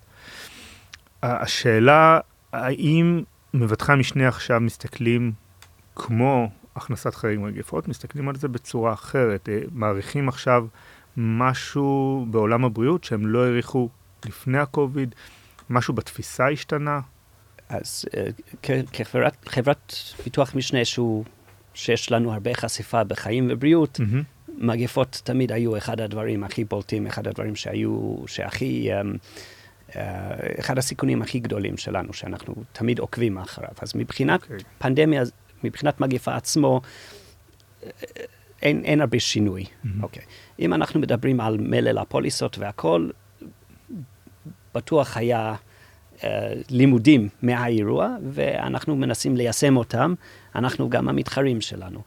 Speaker 1: השאלה, האם מבטחי המשנה עכשיו מסתכלים כמו הכנסת חריג מגפות, מסתכלים על זה בצורה אחרת, מעריכים עכשיו משהו בעולם הבריאות שהם לא העריכו לפני הקוביד, משהו בתפיסה השתנה?
Speaker 2: אז כחברת חברת ביטוח משנה שהוא, שיש לנו הרבה חשיפה בחיים ובריאות, mm-hmm. מגפות תמיד היו אחד הדברים הכי בולטים, אחד הדברים שהיו, שהכי, uh, אחד הסיכונים הכי גדולים שלנו, שאנחנו תמיד עוקבים אחריו. אז מבחינת okay. פנדמיה, מבחינת מגפה עצמו, אין, אין הרבה שינוי. Mm-hmm. Okay. אם אנחנו מדברים על מלל הפוליסות והכל, בטוח היה... לימודים מהאירוע, ואנחנו מנסים ליישם אותם, אנחנו גם המתחרים שלנו.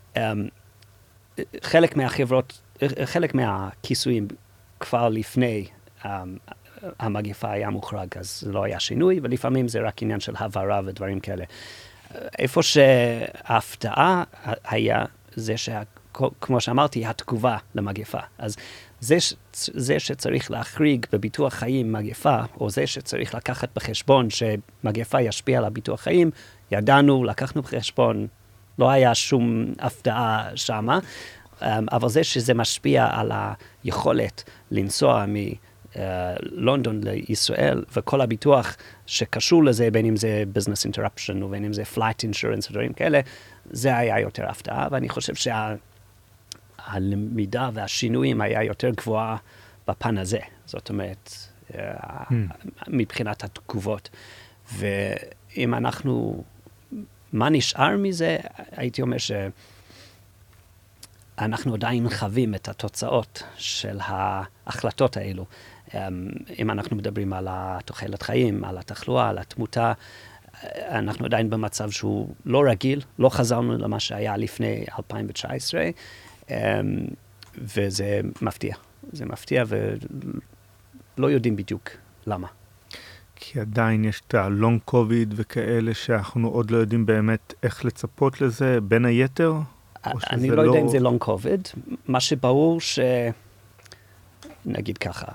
Speaker 2: חלק מהחברות, חלק מהכיסויים כבר לפני המגפה היה מוחרג, אז זה לא היה שינוי, ולפעמים זה רק עניין של הבהרה ודברים כאלה. איפה שההפתעה היה, זה שכמו שאמרתי, התגובה למגפה. אז זה, זה שצריך להחריג בביטוח חיים מגפה, או זה שצריך לקחת בחשבון שמגפה ישפיע על הביטוח חיים, ידענו, לקחנו בחשבון, לא היה שום הפתעה שמה, אבל זה שזה משפיע על היכולת לנסוע מלונדון לישראל, וכל הביטוח שקשור לזה, בין אם זה business interruption, או בין אם זה flight insurance, ודברים כאלה, זה היה יותר הפתעה, ואני חושב שה... הלמידה והשינויים היה יותר גבוהה בפן הזה. זאת אומרת, mm. מבחינת התגובות. ואם אנחנו, מה נשאר מזה? הייתי אומר שאנחנו עדיין חווים את התוצאות של ההחלטות האלו. אם אנחנו מדברים על התוחלת חיים, על התחלואה, על התמותה, אנחנו עדיין במצב שהוא לא רגיל, לא חזרנו למה שהיה לפני אלפיים תשע עשרה, Um, וזה מפתיע, זה מפתיע ולא יודעים בדיוק למה.
Speaker 1: כי עדיין יש את הלונג קוביד וכאלה שאנחנו עוד לא יודעים באמת איך לצפות לזה, בין היתר?
Speaker 2: אני לא יודע אם זה לונג קוביד. מה שברור ש... נגיד ככה,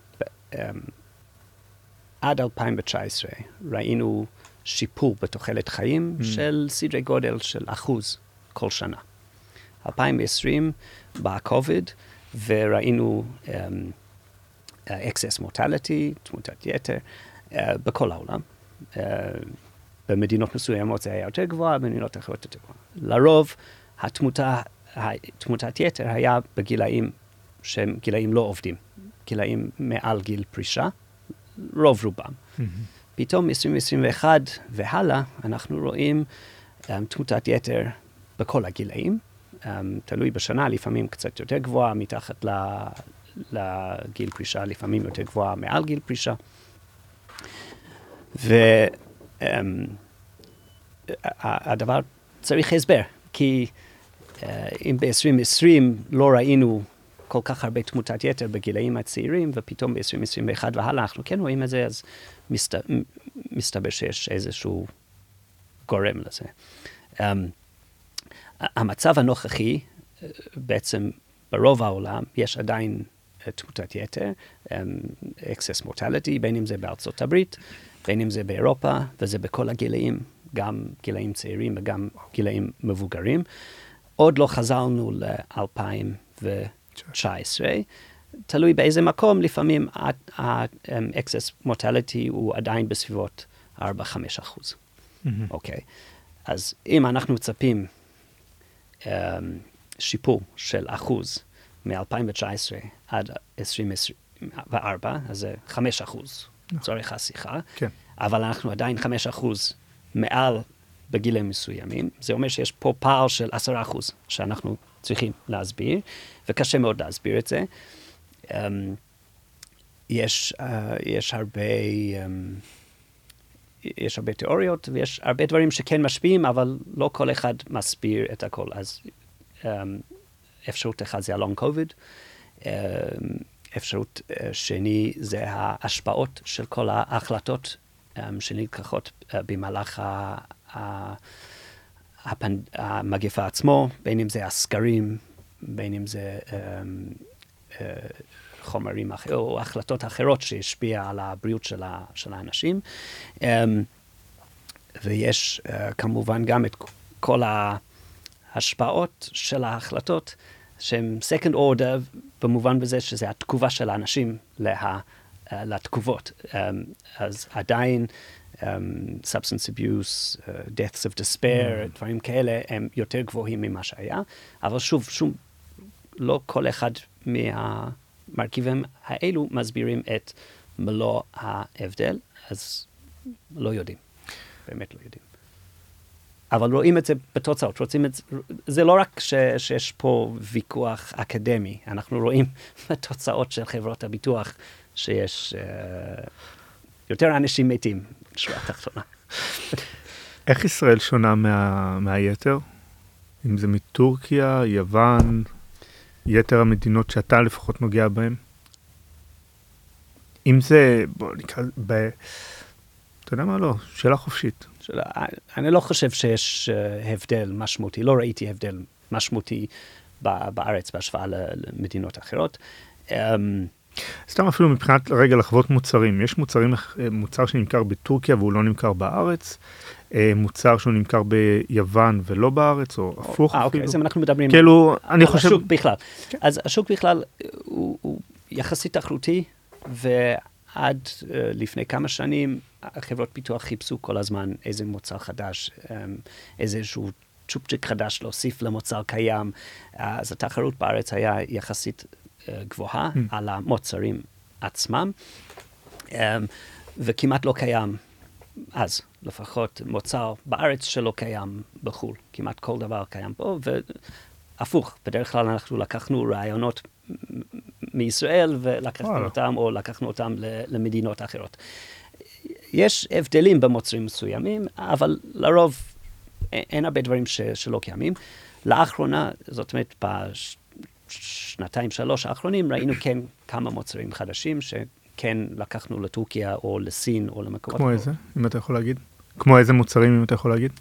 Speaker 2: עד אלפיים תשע עשרה ראינו שיפור בתוחלת חיים mm. של סדרי גודל של אחוז כל שנה. אלפיים ועשרים בא קוביד וראינו um, uh, excess mortality, תמותת יתר, uh, בכל העולם. Uh, במדינות מסוימות זה היה יותר גבוה, במדינות אחרות יותר גבוה. לרוב, התמותה, תמותת יתר היה בגילאים שהם גילאים לא עובדים, גילאים מעל גיל פרישה, רוב רובם. Mm-hmm. פתאום עשרים עשרים ואחת והלאה, אנחנו רואים um, תמותת יתר בכל הגילאים, um, תלוי בשנה, לפעמים קצת יותר גבוהה מתחת ל, לגיל פרישה, לפעמים יותר גבוהה מעל גיל פרישה. והדבר um, צריך הסבר, כי uh, אם ב-עשרים עשרים לא ראינו כל כך הרבה תמותת יתר בגילאים הצעירים, ופתאום ב-עשרים עשרים ואחת והלאה אנחנו כן רואים את זה, אז מסת... מסתבר שיש איזשהו גורם לזה. Um, המצב הנוכחי, בעצם ברוב העולם, יש עדיין תמותת יתר, um, excess mortality, בין אם זה בארצות הברית, בין אם זה באירופה, וזה בכל הגילאים, גם גילאים צעירים וגם גילאים מבוגרים. עוד לא חזרנו ל-אלפיים ותשע עשרה, תלוי באיזה מקום, לפעמים ה-excess mortality הוא עדיין בסביבות ארבע עד חמש אחוז. אוקיי. אז אם אנחנו מצפים um, שיפור של אחוז מ-אלפיים תשע עשרה עד עשרים עשרים וארבע, אז זה חמש אחוז, צורך השיחה, כן. אבל אנחנו עדיין חמש אחוז מעל בגילים מסוימים, זה אומר שיש פה פער של עשרה אחוז שאנחנו צריכים להסביר, וקשה מאוד להסביר את זה. Um, יש, uh, יש הרבה... Um, יש הרבה תיאוריות, ויש הרבה דברים שכן משפיעים, אבל לא כל אחד מסביר את הכל. אז um, אפשרות אחד זה הלונג קוביד, um, אפשרות uh, שני זה ההשפעות של כל ההחלטות um, שנלקחות uh, במהלך ה, ה, הפנ, המגפה עצמו, בין אם זה הסקרים, בין אם זה um, uh, חומרים אחרים, או החלטות אחרות שהשפיע על הבריאות של, ה, של האנשים. Um, ויש uh, כמובן גם את כל ההשפעות של ההחלטות, שהן second order, במובן בזה שזה התגובה של האנשים לה, uh, לתגובות. Um, אז עדיין um, substance abuse, uh, deaths of despair, mm. דברים כאלה, הם יותר גבוהים ממה שהיה. אבל שוב, שום, לא כל אחד מה... מרכיבים האלו מסבירים את מלוא ההבדל, אז לא יודעים, באמת לא יודעים. אבל רואים את זה בתוצאות, רוצים את זה, זה לא רק ש, שיש פה ויכוח אקדמי, אנחנו רואים בתוצאות של חברות הביטוח שיש uh, יותר אנשים מתים, שורה תחתונה.
Speaker 1: איך ישראל שונה מה, מהיתר? אם זה מטורקיה, יוון... יתר המדינות שאתה לפחות נוגע בהן? אם זה, בוא נקרא, ב... אתה יודע מה? לא, שאלה חופשית.
Speaker 2: שאלה, אני לא חושב שיש uh, הבדל משמעותי, לא ראיתי הבדל משמעותי בארץ בהשוואה למדינות אחרות. Um,
Speaker 1: סתם אפילו מבחינת רגע לחוות מוצרים. יש מוצרים, מוצר שנמכר בטורקיה והוא לא נמכר בארץ, מוצר שהוא נמכר ביוון ולא בארץ, או הפוך
Speaker 2: אפילו. אוקיי, אז אנחנו מדברים
Speaker 1: כאילו, אני
Speaker 2: על
Speaker 1: חושב...
Speaker 2: השוק בכלל. אז השוק בכלל הוא, הוא יחסית תחרותי, ועד uh, לפני כמה שנים החברות פיתוח חיפשו כל הזמן איזה מוצר חדש, um, איזשהו צ'ופצ'יק חדש להוסיף למוצר קיים. אז התחרות בארץ היה יחסית uh, גבוהה mm. על המוצרים עצמם, um, וכמעט לא קיים אז, לפחות מוצר בארץ שלא קיים בחול. כמעט כל דבר קיים פה, והפוך, בדרך כלל אנחנו לקחנו רעיונות מישראל ולקחנו אותם, או לקחנו אותם למדינות אחרות. יש הבדלים במוצרים מסוימים, אבל לרוב אין הרבה דברים ש, שלא קיימים. לאחרונה, זאת אומרת, בשנתיים, שלוש האחרונים, ראינו כן כמה מוצרים חדשים ש... כן לקחנו לטורקיה או לסין או למקומות.
Speaker 1: כמו איזה, אם אתה יכול להגיד? כמו איזה מוצרים, אם אתה יכול להגיד?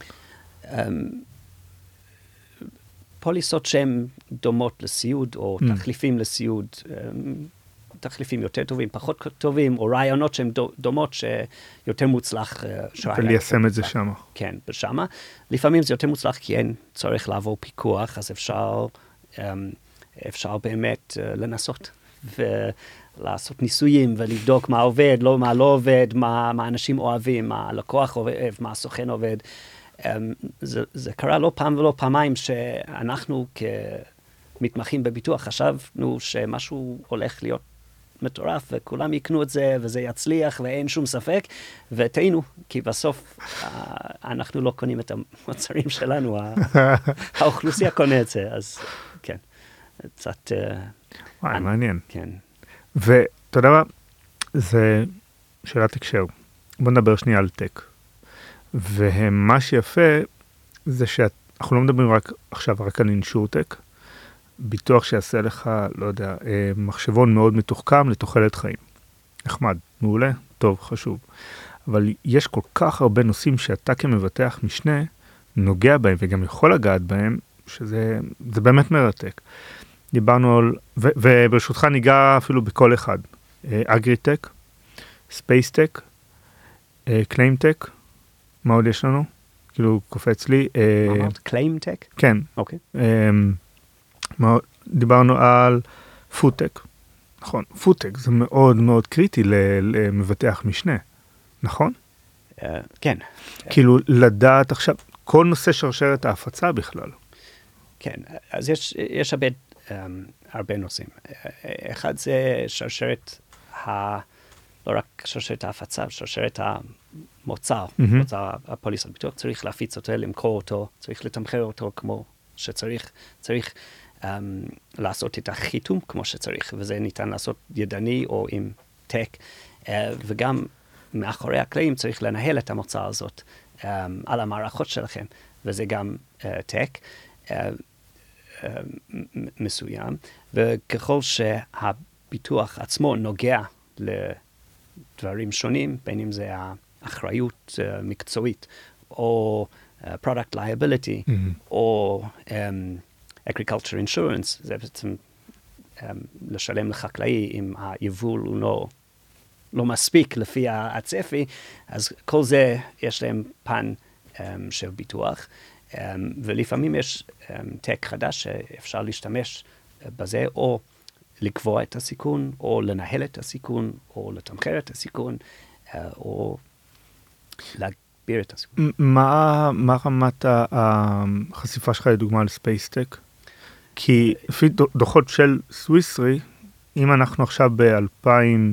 Speaker 2: פוליסות שהן דומות לסיוד, או תחליפים לסיוד, תחליפים יותר טובים, פחות טובים, או רעיונות שהן דומות שיותר מוצלח.
Speaker 1: וליישם את זה שמה.
Speaker 2: כן, בשמה. לפעמים זה יותר מוצלח כי אין צורך לעבור פיקוח, אז אפשר, אפשר באמת לנסות ולעשות ניסויים ולבדוק מה עובד, לא מה לא עובד, מה, מה אנשים אוהבים, מה הלקוח אוהב, מה הסוכן עובד. זה, זה קרה לא פעם ולא פעמיים שאנחנו כמתמחים בביטוח חשבנו שמשהו הולך להיות מטורף וכולם יקנו את זה וזה יצליח ואין שום ספק, וטעינו, כי בסוף אנחנו לא קונים את המוצרים שלנו, האוכלוסייה קונה את זה, אז כן, קצת...
Speaker 1: וואי, מעניין.
Speaker 2: כן.
Speaker 1: ואתה יודע מה, זה שאלת הקשר. בוא נדבר שנייה על טק. ומה שיפה זה שאנחנו לא מדברים רק עכשיו רק על אינשורטק, ביטוח שיעשה לך, לא יודע, מחשבון מאוד מתוחכם לתוחלת חיים. נחמד, מעולה, טוב, חשוב. אבל יש כל כך הרבה נושאים שאתה כמבטח משנה נוגע בהם וגם יכול לגעת בהם, שזה זה באמת מרתק. דיברנו על, ו, וברשותך ניגע אפילו בכל אחד. אגריטק, ספייסטק, קליימטק, מה עוד יש לנו? כאילו קופץ לי.
Speaker 2: מה אמרת? קליימטק?
Speaker 1: כן.
Speaker 2: אוקיי.
Speaker 1: דיברנו על פודטק. נכון, פודטק זה מאוד מאוד קריטי למבטח משנה. נכון?
Speaker 2: כן.
Speaker 1: כאילו לדעת עכשיו, כל נושא שרשרת ההפצה בכלל.
Speaker 2: כן, אז יש, יש הרבה, הרבה נושאים. אחד זה שרשרת ה... לא רק שרשרת ההפצה, שרשרת המוצר, mm-hmm. מוצר הפוליסת ביטוח, צריך להפיץ אותו, למכור אותו, צריך לתמחר אותו כמו שצריך, צריך um, לעשות את החיתום כמו שצריך, וזה ניתן לעשות ידני או עם טק, uh, וגם מאחורי הקלעים צריך לנהל את המוצר הזאת um, על המערכות שלכם, וזה גם uh, טק uh, uh, מסוים, וככל שהביטוח עצמו נוגע ל... דברים שונים, בין אם זה האחריות uh, מקצועית, או uh, product liability, mm-hmm. או um, agriculture insurance, זה בעצם um, לשלם לחקלאי אם היבול הוא לא, לא מספיק לפי הצפי, אז כל זה יש להם פן um, של ביטוח, um, ולפעמים יש um, טק חדש שאפשר להשתמש uh, בזה, או לקבוע את הסיכון, או לנהל את הסיכון, או לתמחר את הסיכון, או להגביר את הסיכון.
Speaker 1: מה, מה רמת החשיפה שלך לדוגמה על ספייסטק? כי לפי דוחות של סוויסרי, אם אנחנו עכשיו ב-אלפיים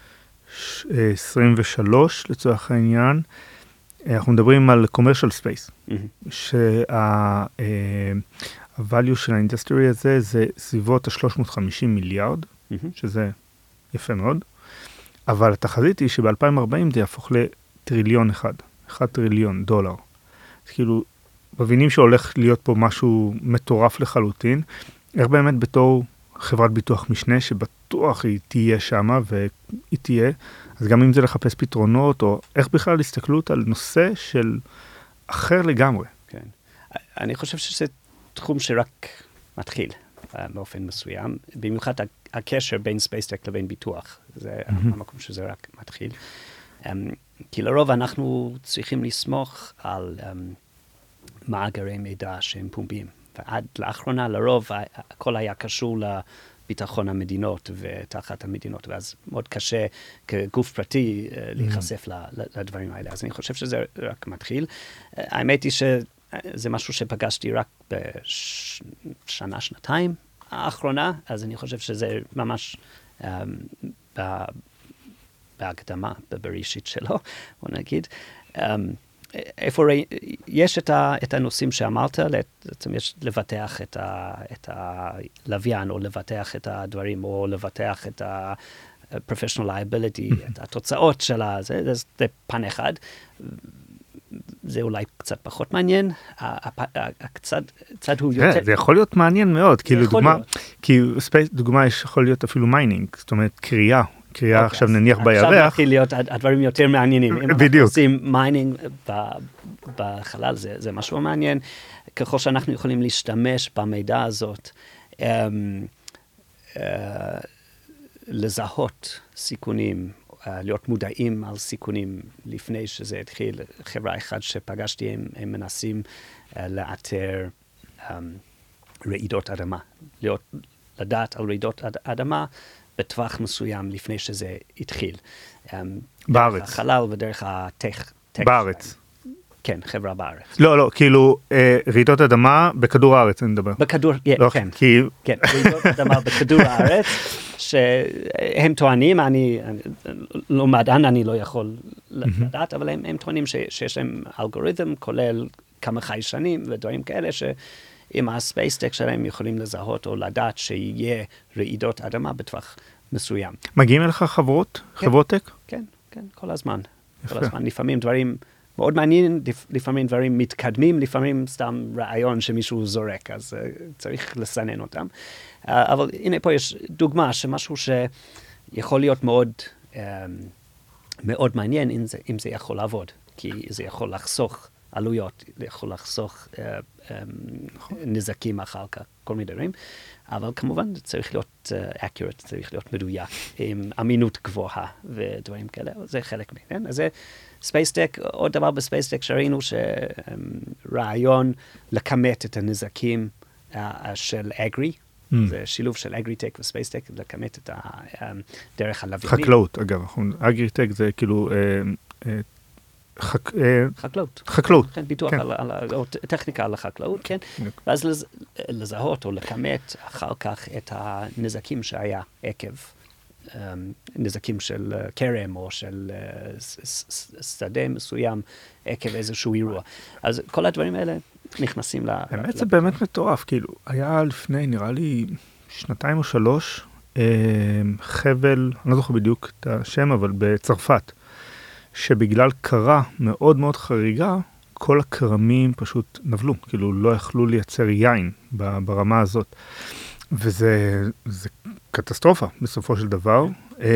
Speaker 1: עשרים ושלוש לצורך העניין, אנחנו מדברים על commercial space, שה... הvalue של האינדסטרי הזה זה סביבות ה-שלוש מאות וחמישים מיליארד, mm-hmm. שזה יפה מאוד, אבל התחזית היא שב-אלפיים וארבעים זה יהפוך לטריליון אחד, אחד טריליון דולר. אז כאילו, מבינים שהולך להיות פה משהו מטורף לחלוטין, איך באמת בתור חברת ביטוח משנה, שבטוח היא תהיה שמה והיא תהיה, אז גם אם זה לחפש פתרונות, או איך בכלל הסתכלות על נושא של אחר לגמרי.
Speaker 2: כן. אני חושב שזה תחום שרק מתחיל uh, באופן מסוים, במיוחד הקשר בין ספייסטק לבין ביטוח, זה mm-hmm. המקום שזה רק מתחיל. Um, כי לרוב אנחנו צריכים לסמוך על um, מאגרי מידע שהם פומביים, ועד לאחרונה לרוב הכל היה קשור לביטחון המדינות ותחת המדינות, ואז מאוד קשה כגוף פרטי uh, להיחשף mm-hmm. לדברים האלה, אז אני חושב שזה רק מתחיל. Uh, האמת היא ש... זה משהו שפגשתי רק בשנה, שנתיים האחרונה, אז אני חושב שזה ממש um, בהקדמה, בראשית שלו, בוא נגיד. Um, איפה ראי, יש את, ה, את הנושאים שאמרת, בעצם יש לבטח את, ה, את הלוויין, או לבטח את הדברים, או לבטח את ה-professional liability, את התוצאות של זה, זה, זה פן אחד. זה אולי קצת פחות מעניין, הקצת הוא יותר...
Speaker 1: זה יכול להיות מעניין מאוד, כאילו דוגמה, כי ספייס, דוגמה יש יכול להיות אפילו מיינינג, זאת אומרת קריאה, קריאה עכשיו נניח בירח.
Speaker 2: עכשיו מתחיל להיות הדברים יותר מעניינים. אם אנחנו
Speaker 1: בדיוק.
Speaker 2: עושים מיינינג בחלל, זה משהו מעניין. ככל שאנחנו יכולים להשתמש במידע הזאת, לזהות סיכונים, להיות מודעים על סיכונים לפני שזה התחיל. חברה אחת שפגשתי, הם, הם מנסים uh, לאתר um, רעידות אדמה, להיות, לדעת על רעידות אד, אדמה בטווח מסוים לפני שזה התחיל. Um,
Speaker 1: בארץ.
Speaker 2: דרך החלל ודרך הטכ...
Speaker 1: בארץ.
Speaker 2: כן, חברה בארץ.
Speaker 1: לא, לא, כאילו, אה, רעידות אדמה בכדור הארץ, אני מדבר.
Speaker 2: בכדור,
Speaker 1: לא,
Speaker 2: כן.
Speaker 1: כי...
Speaker 2: כן, רעידות אדמה בכדור הארץ, שהם טוענים, אני לא מדען, אני לא יכול לדעת, אבל הם, הם טוענים ש, שיש להם אלגוריתם, כולל כמה חיישנים ודברים כאלה, שעם הספייסטק שלהם יכולים לזהות או לדעת שיהיה רעידות אדמה בטווח מסוים.
Speaker 1: מגיעים אליך חברות?
Speaker 2: כן,
Speaker 1: חברות טק?
Speaker 2: כן, כן, כל הזמן.
Speaker 1: יפה.
Speaker 2: כל הזמן, לפעמים דברים... מאוד מעניין, לפעמים דברים מתקדמים, לפעמים סתם רעיון שמישהו זורק, אז uh, צריך לסנן אותם. Uh, אבל הנה פה יש דוגמה שמשהו שיכול להיות מאוד, um, מאוד מעניין אם זה, אם זה יכול לעבוד, כי זה יכול לחסוך עלויות, יכול לחסוך uh, um, נזקים אחר כך, כל מיני דברים, אבל כמובן זה צריך להיות uh, accurate, צריך להיות מדויק, עם אמינות גבוהה ודברים כאלה, זה חלק מהם. אז זה ספייסטק, עוד דבר בספייסטק שראינו שרעיון לכמת את הנזקים uh, של אגרי, mm. זה שילוב של אגריטק וספייסטק, לכמת את הדרך הלווייני.
Speaker 1: חקלאות, אגב, אגריטק זה כאילו... Uh, uh, חק...
Speaker 2: חקלאות.
Speaker 1: חקלאות.
Speaker 2: כן, ביטוח
Speaker 1: כן.
Speaker 2: על, על, או טכניקה על החקלאות, כן. ואז לז, לזהות או לכמת אחר כך את הנזקים שהיה עקב um, נזקים של uh, קרם או של uh, ס, ס, שדה מסוים עקב איזשהו אירוע. אז כל הדברים האלה נכנסים ל...
Speaker 1: האמת זה באמת מטורף, כאילו, היה לפני, נראה לי, שנתיים או שלוש, חבל, אני לא זוכר בדיוק את השם, אבל בצרפת. שבגלל קרה מאוד מאוד חריגה, כל הכרמים פשוט נבלו, כאילו לא יכלו לייצר יין ברמה הזאת. וזה זה קטסטרופה בסופו של דבר.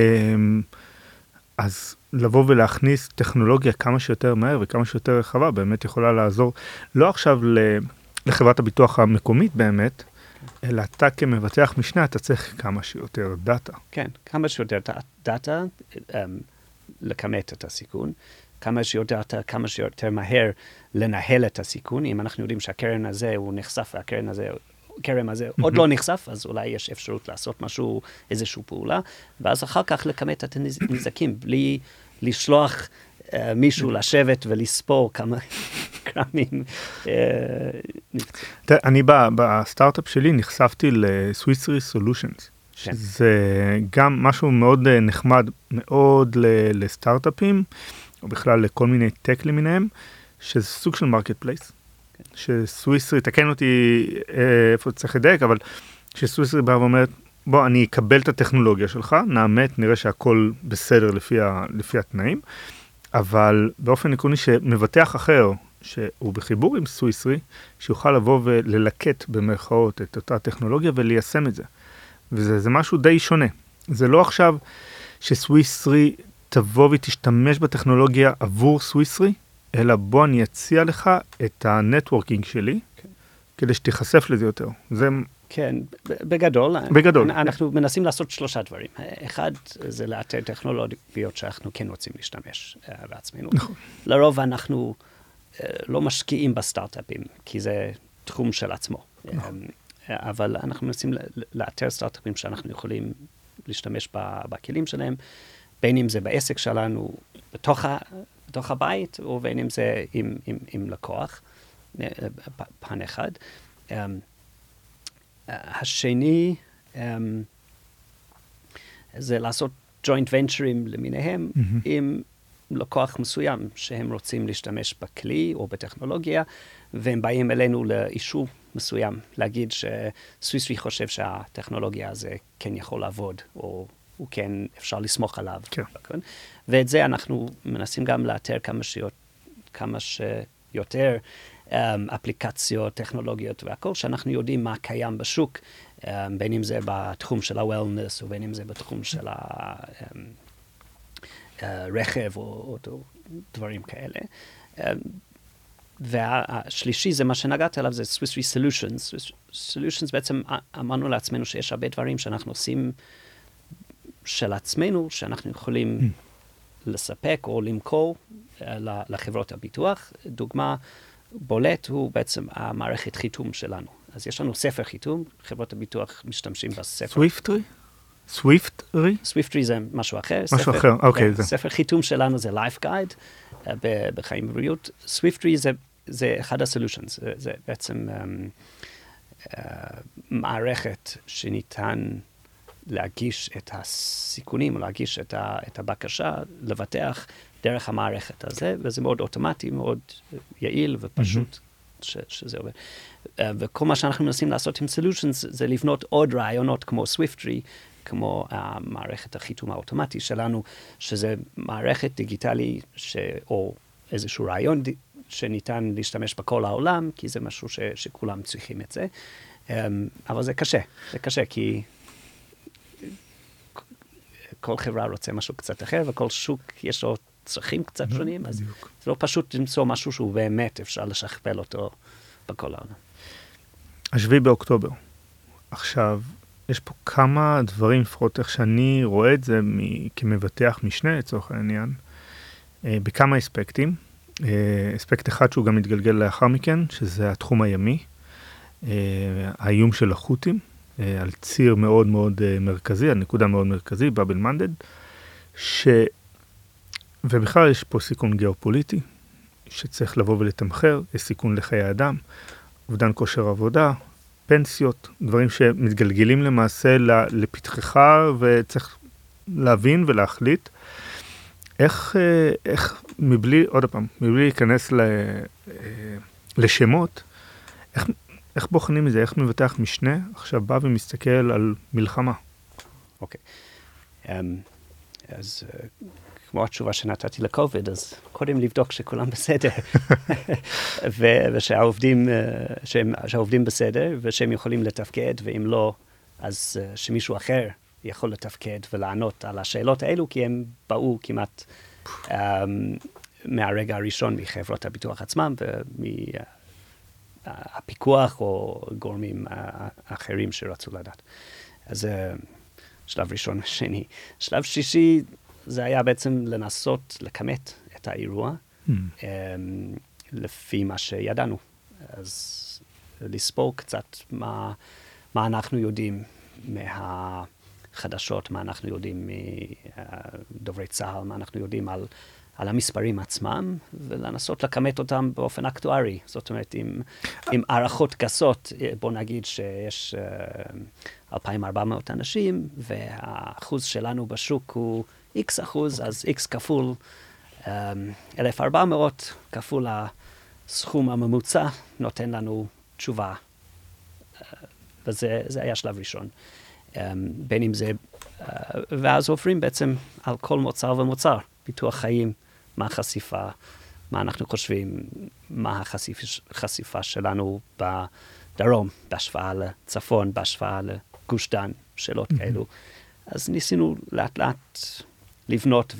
Speaker 1: אז לבוא ולהכניס טכנולוגיה כמה שיותר מהר וכמה שיותר רחבה, באמת יכולה לעזור, לא עכשיו לחברת הביטוח המקומית באמת, אלא אתה כמבטח משנה, אתה צריך כמה שיותר דאטה.
Speaker 2: כן, כמה שיותר דאטה, לכמת את הסיכון, כמה שיותר, כמה שיותר מהר לנהל את הסיכון. אם אנחנו יודעים שהקרן הזה הוא נחשף, והקרן הזה, הקרן הזה עוד לא נחשף, אז אולי יש אפשרות לעשות משהו, איזושהי פעולה, ואז אחר כך לכמת את הנזקים, בלי לשלוח uh, מישהו לשבת ולספור כמה קרמים. Uh,
Speaker 1: אני בסטארט-אפ שלי נחשפתי ל-Swiss Re Solutions. זה גם משהו מאוד נחמד, מאוד לסטארט-אפים, או בכלל לכל מיני טק למיניהם, שזה סוג של מרקט פלייס. שסוויסרי, תקן אותי איפה צריך לדייק, אבל שסוויסרי בא ואומרת, בוא, אני אקבל את הטכנולוגיה שלך, נאמת, נראה שהכל בסדר לפי, ה, לפי התנאים, אבל באופן עקרוני שמבטח אחר, שהוא בחיבור עם סוויסרי, שיוכל לבוא וללקט במרכאות את אותה טכנולוגיה וליישם את זה. וזה זה משהו די שונה. זה לא עכשיו שסוויסרי תבוא ותשתמש בטכנולוגיה עבור סוויסרי, אלא בוא אני אציע לך את הנטוורקינג שלי, כן. כדי שתיחשף לזה יותר. זה...
Speaker 2: כן, בגדול.
Speaker 1: בגדול.
Speaker 2: אנחנו כן. מנסים לעשות שלושה דברים. אחד, זה לאתר טכנולוגיות שאנחנו כן רוצים להשתמש uh, בעצמנו.
Speaker 1: נכון.
Speaker 2: לרוב אנחנו uh, לא משקיעים בסטארט-אפים, כי זה תחום של עצמו. נכון. Um, אבל אנחנו מנסים לאתר סטארט-אפים שאנחנו יכולים להשתמש בכלים שלהם, בין אם זה בעסק שלנו בתוך, ה, בתוך הבית, או בין אם זה עם, עם, עם לקוח, פן אחד. Um, השני, um, זה לעשות joint venture'ים למיניהם, mm-hmm. עם לקוח מסוים שהם רוצים להשתמש בכלי או בטכנולוגיה, והם באים אלינו לאישור מסוים, להגיד שסוויסרי חושב שהטכנולוגיה הזה כן יכול לעבוד, או הוא כן אפשר לסמוך עליו.
Speaker 1: כן.
Speaker 2: ואת זה אנחנו מנסים גם לאתר כמה, שיות, כמה שיותר אפליקציות, טכנולוגיות והכל, שאנחנו יודעים מה קיים בשוק, בין אם זה בתחום של ה-wellness, או בין אם זה בתחום של הרכב, או דברים כאלה. והשלישי זה מה שנגעת עליו, זה Swiss Re Solutions. Solutions בעצם אמרנו לעצמנו שיש הרבה דברים שאנחנו עושים של עצמנו, שאנחנו יכולים לספק או למכור לחברות הביטוח. דוגמה בולט הוא בעצם המערכת חיתום שלנו. אז יש לנו ספר חיתום, חברות הביטוח משתמשים בספר.
Speaker 1: סוויפטרי? סוויפטרי?
Speaker 2: סוויפטרי זה משהו אחר.
Speaker 1: משהו אחר, אוקיי.
Speaker 2: ספר חיתום שלנו זה Life Guide, בחיים ובריאות. סוויפטרי זה, זה אחד הסולושנס, זה בעצם um, uh, מערכת שניתן להגיש את הסיכונים, או להגיש את, ה, את הבקשה, לבטח דרך המערכת הזה, וזה מאוד אוטומטי, מאוד יעיל ופשוט mm-hmm. ש, שזה עובד. Uh, וכל מה שאנחנו מנסים לעשות עם סולושנס, זה לבנות עוד רעיונות כמו סוויפטרי, כמו המערכת החיתום האוטומטי שלנו, שזה מערכת דיגיטלי, ש... או איזשהו רעיון ד... שניתן להשתמש בכל העולם, כי זה משהו ש... שכולם צריכים את זה. אבל זה קשה, זה קשה, כי כל חברה רוצה משהו קצת אחר, וכל שוק יש לו צרכים קצת שונים, אז זה לא פשוט למצוא משהו שהוא באמת אפשר לשכפל אותו בכל העולם.
Speaker 1: השביעי באוקטובר. עכשיו, יש פה כמה דברים, לפחות איך שאני רואה את זה כמבטח משנה, לצורך העניין, בכמה אספקטים. אספקט אחד שהוא גם מתגלגל לאחר מכן, שזה התחום הימי, האיום של החות'ים, על ציר מאוד מאוד מרכזי, על נקודה מאוד מרכזי, באבל מנדד, ש... ובכלל יש פה סיכון גיאופוליטי, שצריך לבוא ולתמחר, יש סיכון לחיי אדם, אובדן כושר עבודה, פנסיות, דברים שמתגלגלים למעשה לפתחך, וצריך להבין ולהחליט איך, איך מבלי, עוד פעם, מבלי להיכנס לשמות, איך, איך בוחנים את זה, איך מבטח משנה, עכשיו בא ומסתכל על מלחמה.
Speaker 2: אוקיי. Okay. Um, אז uh, כמו התשובה שנתתי לקוביד, אז קודם לבדוק שכולם בסדר, ו- ושהעובדים, uh, שהם, שהעובדים בסדר, ושהם יכולים לתפקד, ואם לא, אז uh, שמישהו אחר יכול לתפקד ולענות על השאלות האלו, כי הם באו כמעט um, מהרגע הראשון מחברות הביטוח עצמם, ומהפיקוח או גורמים uh, אחרים שרצו לדעת. אז uh, שלב ראשון שני. שלב שישי, זה היה בעצם לנסות לכמת את האירוע, mm. um, לפי מה שידענו. אז לספור קצת מה, מה אנחנו יודעים מהחדשות, מה אנחנו יודעים מדוברי צה"ל, מה אנחנו יודעים על, על המספרים עצמם, ולנסות לכמת אותם באופן אקטוארי. זאת אומרת, עם, עם הערכות גסות, בוא נגיד שיש uh, אלפיים וארבע מאות אנשים, והאחוז שלנו בשוק הוא X אחוז, אז X כפול um, אלף וארבע מאות, כפול הסכום הממוצע, נותן לנו תשובה. Uh, וזה זה היה שלב ראשון. Um, בין אם זה, uh, ואז עוברים בעצם על כל מוצר ומוצר, ביטוח חיים, מה החשיפה, מה אנחנו חושבים, מה החשיפה, החשיפה שלנו בדרום, בהשוואה לצפון, בהשוואה לגוש דן, שאלות mm-hmm. כאלו. אז ניסינו לאט לאט לבנות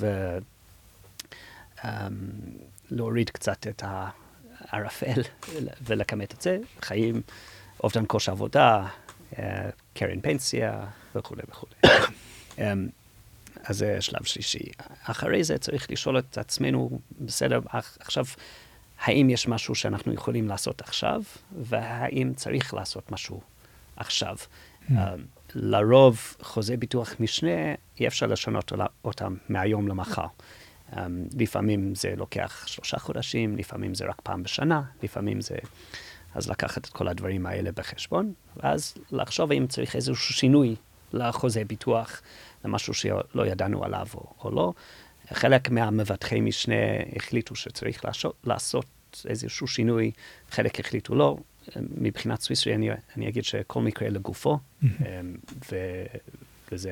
Speaker 2: ולהוריד um, קצת את הערפל ולכמת את זה, חיים, אובדן כושר עבודה, uh, קרן פנסיה וכו' וכו'. um, אז זה שלב שלישי. אחרי זה צריך לשאול את עצמנו, בסדר, עכשיו, האם יש משהו שאנחנו יכולים לעשות עכשיו, והאם צריך לעשות משהו עכשיו. Mm. Uh, לרוב חוזה ביטוח משנה, אי אפשר לשנות אותם מהיום למחר. Um, לפעמים זה לוקח שלושה חודשים, לפעמים זה רק פעם בשנה, לפעמים זה... אז לקחת את כל הדברים האלה בחשבון, ואז לחשוב אם צריך איזשהו שינוי לחוזה ביטוח, למשהו שלא ידענו עליו או, או לא. חלק מהמבטחי משנה החליטו שצריך לעשות, לעשות איזשהו שינוי, חלק החליטו לא. מבחינת סוויס רי אני, אני אגיד שכל מקרה לגופו, mm-hmm. ו, וזה...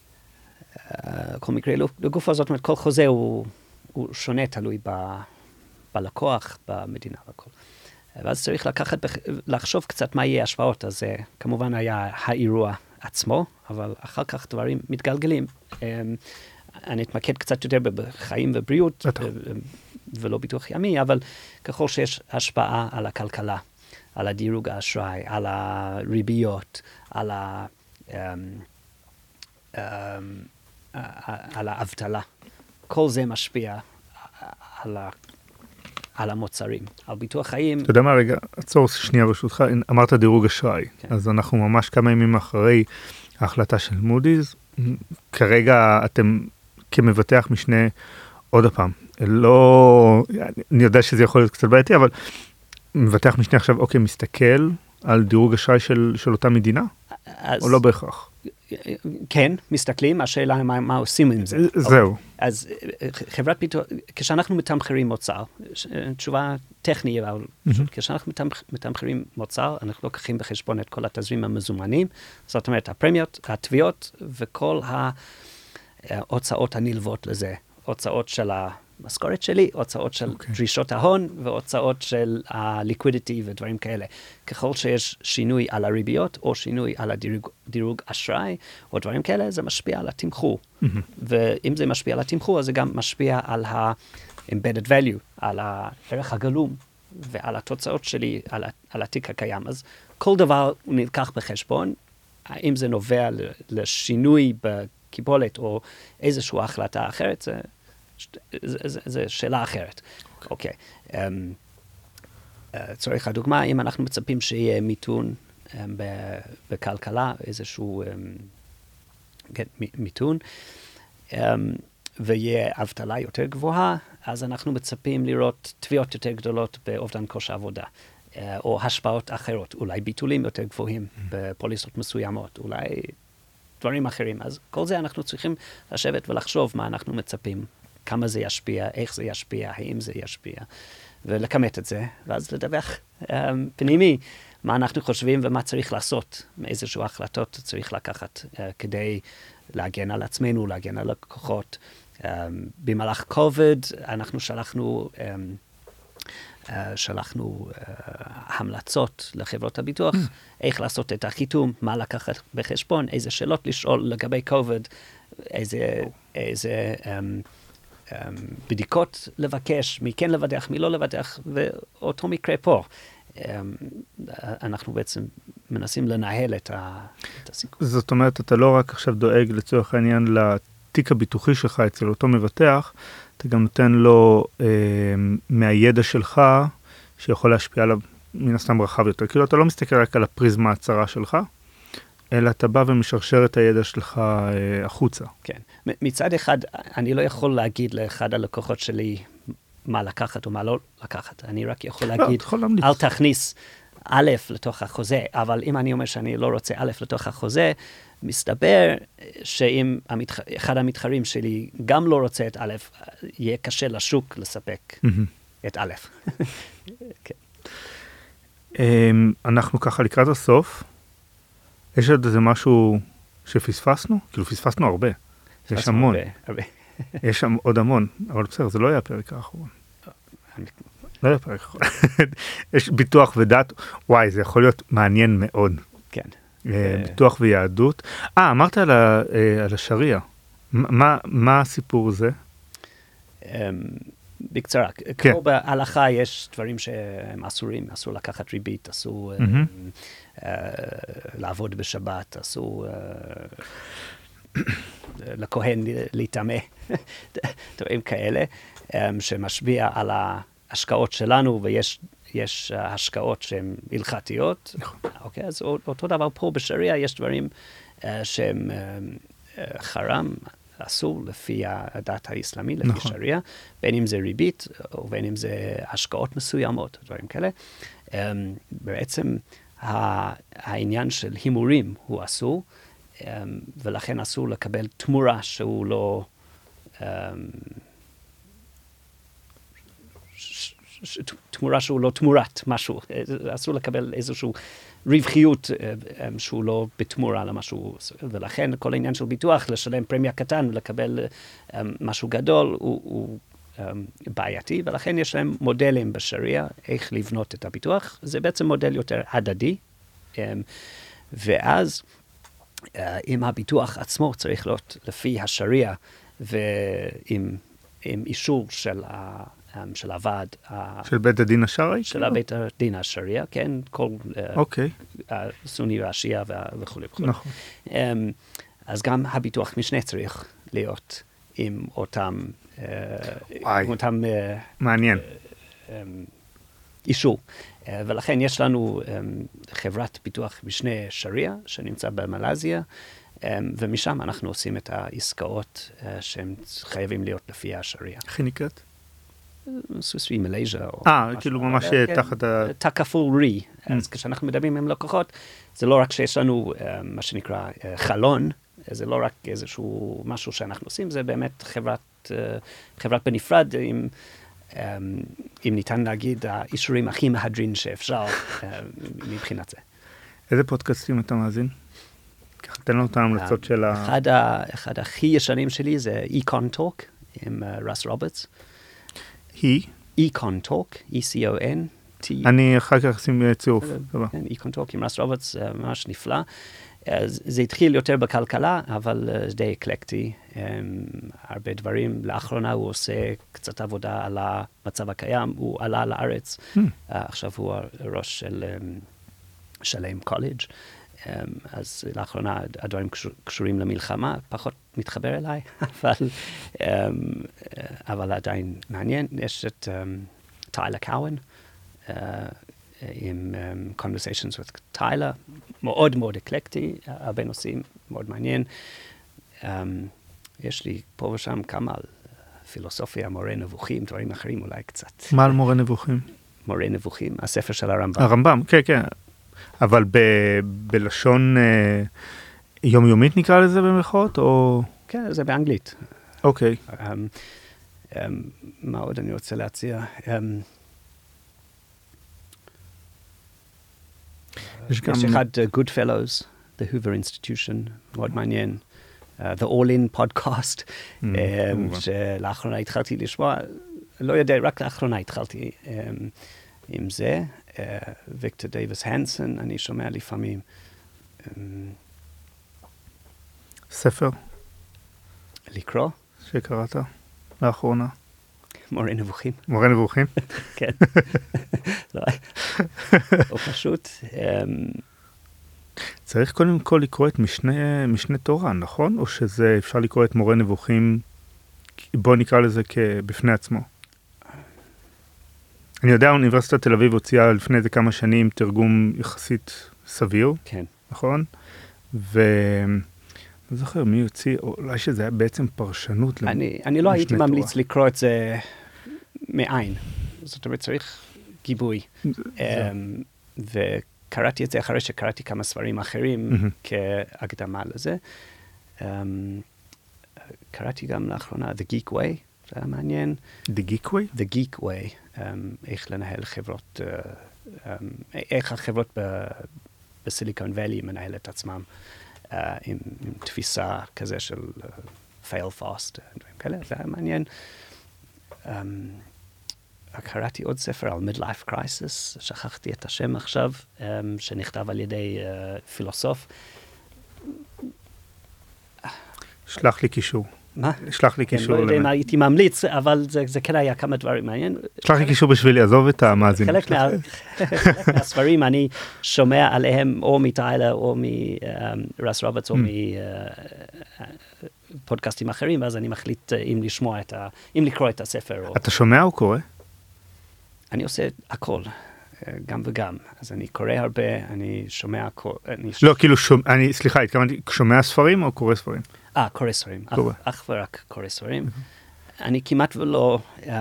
Speaker 2: כל מקרה לגופו, זאת אומרת, כל חוזה הוא, הוא שונה, תלוי ב, בלקוח, במדינה והכל. ואז צריך לקחת, לחשוב קצת מה יהיה השפעות, אז כמובן היה האירוע עצמו, אבל אחר כך דברים מתגלגלים. אני אתמקד קצת יותר בחיים ובריאות, ולא ביטוח ימי, אבל ככל שיש השפעה על הכלכלה, על הדירוג האשראי, על הריביות, על ה... על האבטלה. כל זה משפיע על ה... על המוצרים, על ביטוח חיים.
Speaker 1: אתה יודע מה, רגע, עצור שנייה ברשותך, אמרת דירוג אשראי, כן. אז אנחנו ממש כמה ימים אחרי ההחלטה של מודי'ס, כרגע אתם כמבטח משנה, עוד הפעם, לא, אני יודע שזה יכול להיות קצת בעייתי, אבל מבטח משנה עכשיו, אוקיי, מסתכל על דירוג אשראי של, של אותה מדינה? אז... או לא בהכרח?
Speaker 2: כן, מסתכלים, השאלה מה, מה עושים עם זה.
Speaker 1: זהו.
Speaker 2: אז חברת ביטוח, כשאנחנו מתמחרים מוצר, תשובה טכנית, אבל כשאנחנו מתמחרים מוצר, אנחנו לוקחים בחשבון את כל התזרים המזומנים, זאת אומרת, הפרמיות, התביעות וכל ההוצאות הנלוות לזה, הוצאות של המשכורת שלי, הוצאות של okay. דרישות ההון, והוצאות של הליקווידיטי ודברים כאלה. ככל שיש שינוי על הריביות, או שינוי על הדירוג, דירוג אשראי, או דברים כאלה, זה משפיע על התמחור. Mm-hmm. ואם זה משפיע על התמחור, אז זה גם משפיע על ה-embedded value, על הערך הגלום, ועל התוצאות שלי, על, על התיק הקיים. אז כל דבר הוא נלקח בחשבון, האם זה נובע לשינוי בקיבולת, או איזושהי החלטה אחרת, זה... זו שאלה אחרת. אוקיי. צורך הדוגמה, אם אנחנו מצפים שיהיה מיתון בכלכלה, איזשהו מיתון, ויהיה אבטלה יותר גבוהה, אז אנחנו מצפים לראות תביעות יותר גדולות באובדן כושר עבודה, או השפעות אחרות, אולי ביטולים יותר גבוהים בפוליסות מסוימות, אולי דברים אחרים. אז כל זה אנחנו צריכים לשבת ולחשוב מה אנחנו מצפים. כמה זה ישפיע, איך זה ישפיע, האם זה ישפיע, ולכמת את זה, ואז לדווח um, פנימי מה אנחנו חושבים ומה צריך לעשות, מאיזשהו החלטות צריך לקחת uh, כדי להגן על עצמנו, להגן על לקוחות. Um, במהלך קוביד אנחנו שלחנו, um, uh, שלחנו uh, המלצות לחברות הביטוח, mm. איך לעשות את החיתום, מה לקחת בחשבון, איזה שאלות לשאול לגבי קוביד, איזה... איזה um, בדיקות לבקש, מי כן לבטח, מי לא לבטח, ואותו מקרה פה. אנחנו בעצם מנסים לנהל את הסיכון.
Speaker 1: זאת אומרת, אתה לא רק עכשיו דואג לצורך העניין לתיק הביטוחי שלך אצל אותו מבטח, אתה גם נותן לו אה, מהידע שלך, שיכול להשפיע עליו מן הסתם רחב יותר. כאילו אתה לא מסתכל רק על הפריזמה הצרה שלך, אלא אתה בא ומשרשר את הידע שלך אה, החוצה.
Speaker 2: כן. מצד אחד, אני לא יכול להגיד לאחד הלקוחות שלי מה לקחת או מה לא לקחת. אני רק יכול להגיד,
Speaker 1: לא,
Speaker 2: אל תכניס א' לתוך החוזה, אבל אם אני אומר שאני לא רוצה א' לתוך החוזה, מסתבר שאם המתח... אחד המתחרים שלי גם לא רוצה את א', יהיה קשה לשוק לספק mm-hmm. את א'. כן.
Speaker 1: אנחנו ככה לקראת הסוף, יש עוד איזה משהו שפספסנו? כאילו פספסנו הרבה. יש המון.
Speaker 2: הרבה.
Speaker 1: יש שם עוד המון, אבל בסדר, זה לא היה הפרק האחרון. לא היה הפרק האחרון. יש ביטוח ודת, וואי, זה יכול להיות מעניין מאוד.
Speaker 2: כן.
Speaker 1: ביטוח ויהדות. אה, אמרת על השריעה. מה הסיפור הזה?
Speaker 2: בקצרה, כמו בהלכה יש דברים שהם אסורים, אסור לקחת ריבית, אסור לעבוד בשבת, אסור לכהן להתאמה, דברים כאלה, שמשפיע על ההשקעות שלנו, ויש השקעות שהן הלכתיות. אוקיי, אז אותו דבר פה בשריעה, יש דברים שהם חרם, אסור לפי הדת האסלאמית, לפי נכון. שריעה, בין אם זה ריבית, או בין אם זה השקעות מסוימות, דברים כאלה. Um, בעצם העניין של הימורים הוא אסור, um, ולכן אסור לקבל תמורה שהוא לא... Um, ש, ש, תמורה שהוא לא תמורת משהו, אסור לקבל איזשהו רווחיות שהוא לא בתמורה למשהו, ולכן כל העניין של ביטוח, לשלם פרמיה קטן ולקבל משהו גדול, הוא, הוא בעייתי, ולכן יש להם מודלים בשריעה, איך לבנות את הביטוח. זה בעצם מודל יותר הדדי, ואז אם הביטוח עצמו צריך להיות לפי השריעה, ועם עם אישור של, ה, של הוועד.
Speaker 1: של בית הדין השרעי?
Speaker 2: של בית הדין השריעה, כן, כל
Speaker 1: אוקיי.
Speaker 2: הסוני והשיעה וכו' וכו'.
Speaker 1: נכון.
Speaker 2: אז גם הביטוח משנה צריך להיות עם אותם,
Speaker 1: וואי,
Speaker 2: עם אותם
Speaker 1: מעניין.
Speaker 2: אישור. ולכן יש לנו חברת ביטוח משנה שריעה, שנמצא במלזיה, ומשם אנחנו עושים את העסקאות שהם חייבים להיות לפי השריעה.
Speaker 1: איך היא נקראת?
Speaker 2: סוויס רי מלייזיה.
Speaker 1: אה, כאילו ממש תחת ה...
Speaker 2: תקפול רי. אז כשאנחנו מדברים עם לקוחות, זה לא רק שיש לנו מה שנקרא חלון, זה לא רק איזשהו משהו שאנחנו עושים, זה באמת חברת, חברת בנפרד עם, אם ניתן להגיד, האישורים הכי מהדרין שאפשר מבחינת זה.
Speaker 1: איזה פודקאסטים אתה מאזין? תן לנו את ההמלצות של ה...
Speaker 2: אחד, ה... אחד הכי ישנים שלי זה Econ Talk עם רס רוברטס.
Speaker 1: היא?
Speaker 2: Econ Talk, E-C-O-N-T.
Speaker 1: אני אחר כך אשים צירוף.
Speaker 2: כן, Econ Talk עם רס רוברטס, ממש נפלא. זה התחיל יותר בכלכלה, אבל זה די אקלקטי. הרבה דברים. לאחרונה הוא עושה קצת עבודה על המצב הקיים. הוא עלה לארץ. עכשיו הוא הראש של שלם קולג'. אז לאחרונה הדברים קשורים למלחמה, פחות מתחבר אליי, אבל, אבל עדיין מעניין. יש את טיילה קאוון, עם Conversations with טיילה, מאוד מאוד אקלקטי, הרבה נושאים, מאוד מעניין. יש לי פה ושם כמה על פילוסופיה, מורה נבוכים, דברים אחרים אולי קצת.
Speaker 1: מה על מורה נבוכים?
Speaker 2: מורה נבוכים, הספר של הרמב"ם.
Speaker 1: הרמב"ם, כן, כן. אבל ב- בלשון אה, יומיומית נקרא לזה במרכאות, או...
Speaker 2: כן, זה באנגלית.
Speaker 1: אוקיי.
Speaker 2: Um, um, מה עוד אני רוצה להציע? Um,
Speaker 1: יש גם...
Speaker 2: יש אחד, uh, Goodfellows, The Hoover Institution, מאוד מעניין. Uh, The All-In Podcast, mm, um, שלאחרונה התחלתי לשמוע, לא יודע, רק לאחרונה התחלתי um, עם זה. ויקטור דייוויס הנסון, אני שומע לפעמים.
Speaker 1: ספר?
Speaker 2: לקרוא?
Speaker 1: שקראת לאחרונה?
Speaker 2: מורה נבוכים.
Speaker 1: מורה נבוכים?
Speaker 2: כן. או פשוט.
Speaker 1: צריך קודם כל לקרוא את משנה, משנה תורה, נכון? או שזה אפשר לקרוא את מורה נבוכים, בוא נקרא לזה כבפני עצמו? אני יודע, האוניברסיטת תל אביב הוציאה לפני איזה כמה שנים תרגום יחסית סביר,
Speaker 2: כן.
Speaker 1: נכון? ואני לא זוכר מי הוציא, אולי שזה היה בעצם פרשנות.
Speaker 2: אני, אני לא הייתי ממליץ לקרוא את זה מעין. זאת אומרת, צריך גיבוי. וקראתי את זה אחרי שקראתי כמה ספרים אחרים כהקדמה לזה. קראתי גם לאחרונה The Geek Way, זה היה מעניין.
Speaker 1: The Geek Way?
Speaker 2: The Geek Way. Um, איך לנהל חברות, uh, um, איך החברות ב- בסיליקון ואלי מנהל את עצמם uh, עם, עם תפיסה כזה של uh, fail fast, דברים כאלה, זה היה מעניין. Um, קראתי עוד ספר על midlife crisis, שכחתי את השם עכשיו, um, שנכתב על ידי uh, פילוסוף.
Speaker 1: שלח לי קישור.
Speaker 2: מה?
Speaker 1: שלח לי קישור.
Speaker 2: לא יודע אם הייתי ממליץ, אבל זה, זה כן היה כמה דברים מעניין.
Speaker 1: שלח לי קישור בשבילי, עזוב את המאזינים.
Speaker 2: חלק מהספרים אני שומע עליהם או מטיילה או מרס רוברטס או מפודקאסטים אחרים, ואז אני מחליט אם לשמוע את ה... אם לקרוא את הספר.
Speaker 1: אתה שומע או קורא?
Speaker 2: אני עושה הכל. גם וגם. אז אני קורא הרבה, אני שומע...
Speaker 1: לא, כאילו, אני, סליחה, התכוונתי, שומע ספרים או קורא ספרים?
Speaker 2: אה, קורא ספרים. אך ורק קורא ספרים. אני כמעט ולא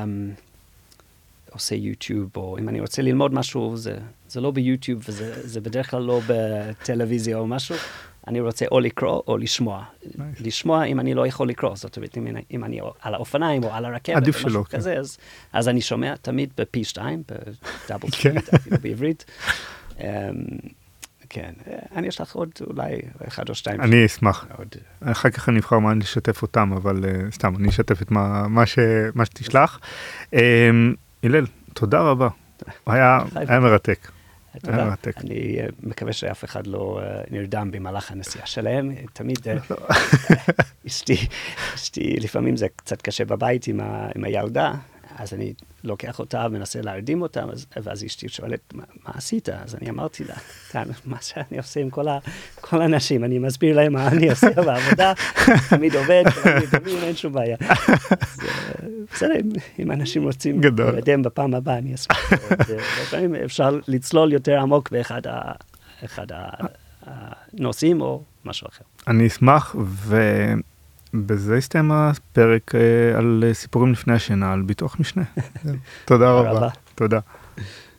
Speaker 2: עושה יוטיוב, או אם אני רוצה ללמוד משהו, זה לא ביוטיוב, וזה בדרך כלל לא בטלוויזיה או משהו. אני רוצה או לקרוא או לשמוע. לשמוע אם אני לא יכול לקרוא. זאת אומרת, אם אני על האופניים או על הרכבת,
Speaker 1: עדיף שלא, כן.
Speaker 2: כזה, אז, אז אני שומע תמיד בפי שתיים, בדאבל ספיד, אפילו בעברית. כן. אני יש לך עוד אולי אחד או שתיים.
Speaker 1: אני אשמח.
Speaker 2: עוד...
Speaker 1: אחר כך אני אבחר מה לשתף אותם, אבל uh, סתם, אני אשתף את מה, מה, ש, מה שתשלח. הלל, תודה רבה. היה, היה מרתק.
Speaker 2: תודה. היה מרתק. אני מקווה שאף אחד לא uh, נרדם במהלך הנסיעה שלהם. תמיד uh, אשתי, אשתי, לפעמים זה קצת קשה בבית עם, ה, עם הילדה, אז אני לוקח אותה, מנסה להרדים אותה, ואז אשתי שואלת, מה, מה עשית? אז אני אמרתי לה, מה שאני עושה עם כל, ה, כל האנשים, אני מסביר להם מה אני עושה בעבודה, תמיד עובד, תמיד אין שום בעיה. אז בסדר, אם אנשים רוצים לדם בפעם הבאה, אני אספר. לפעמים אפשר לצלול יותר עמוק באחד ה, אחד הנושאים או משהו אחר.
Speaker 1: אני אשמח, ו... בזה הסתיים הפרק על סיפורים לפני השינה, על ביטוח משנה. תודה רבה. תודה.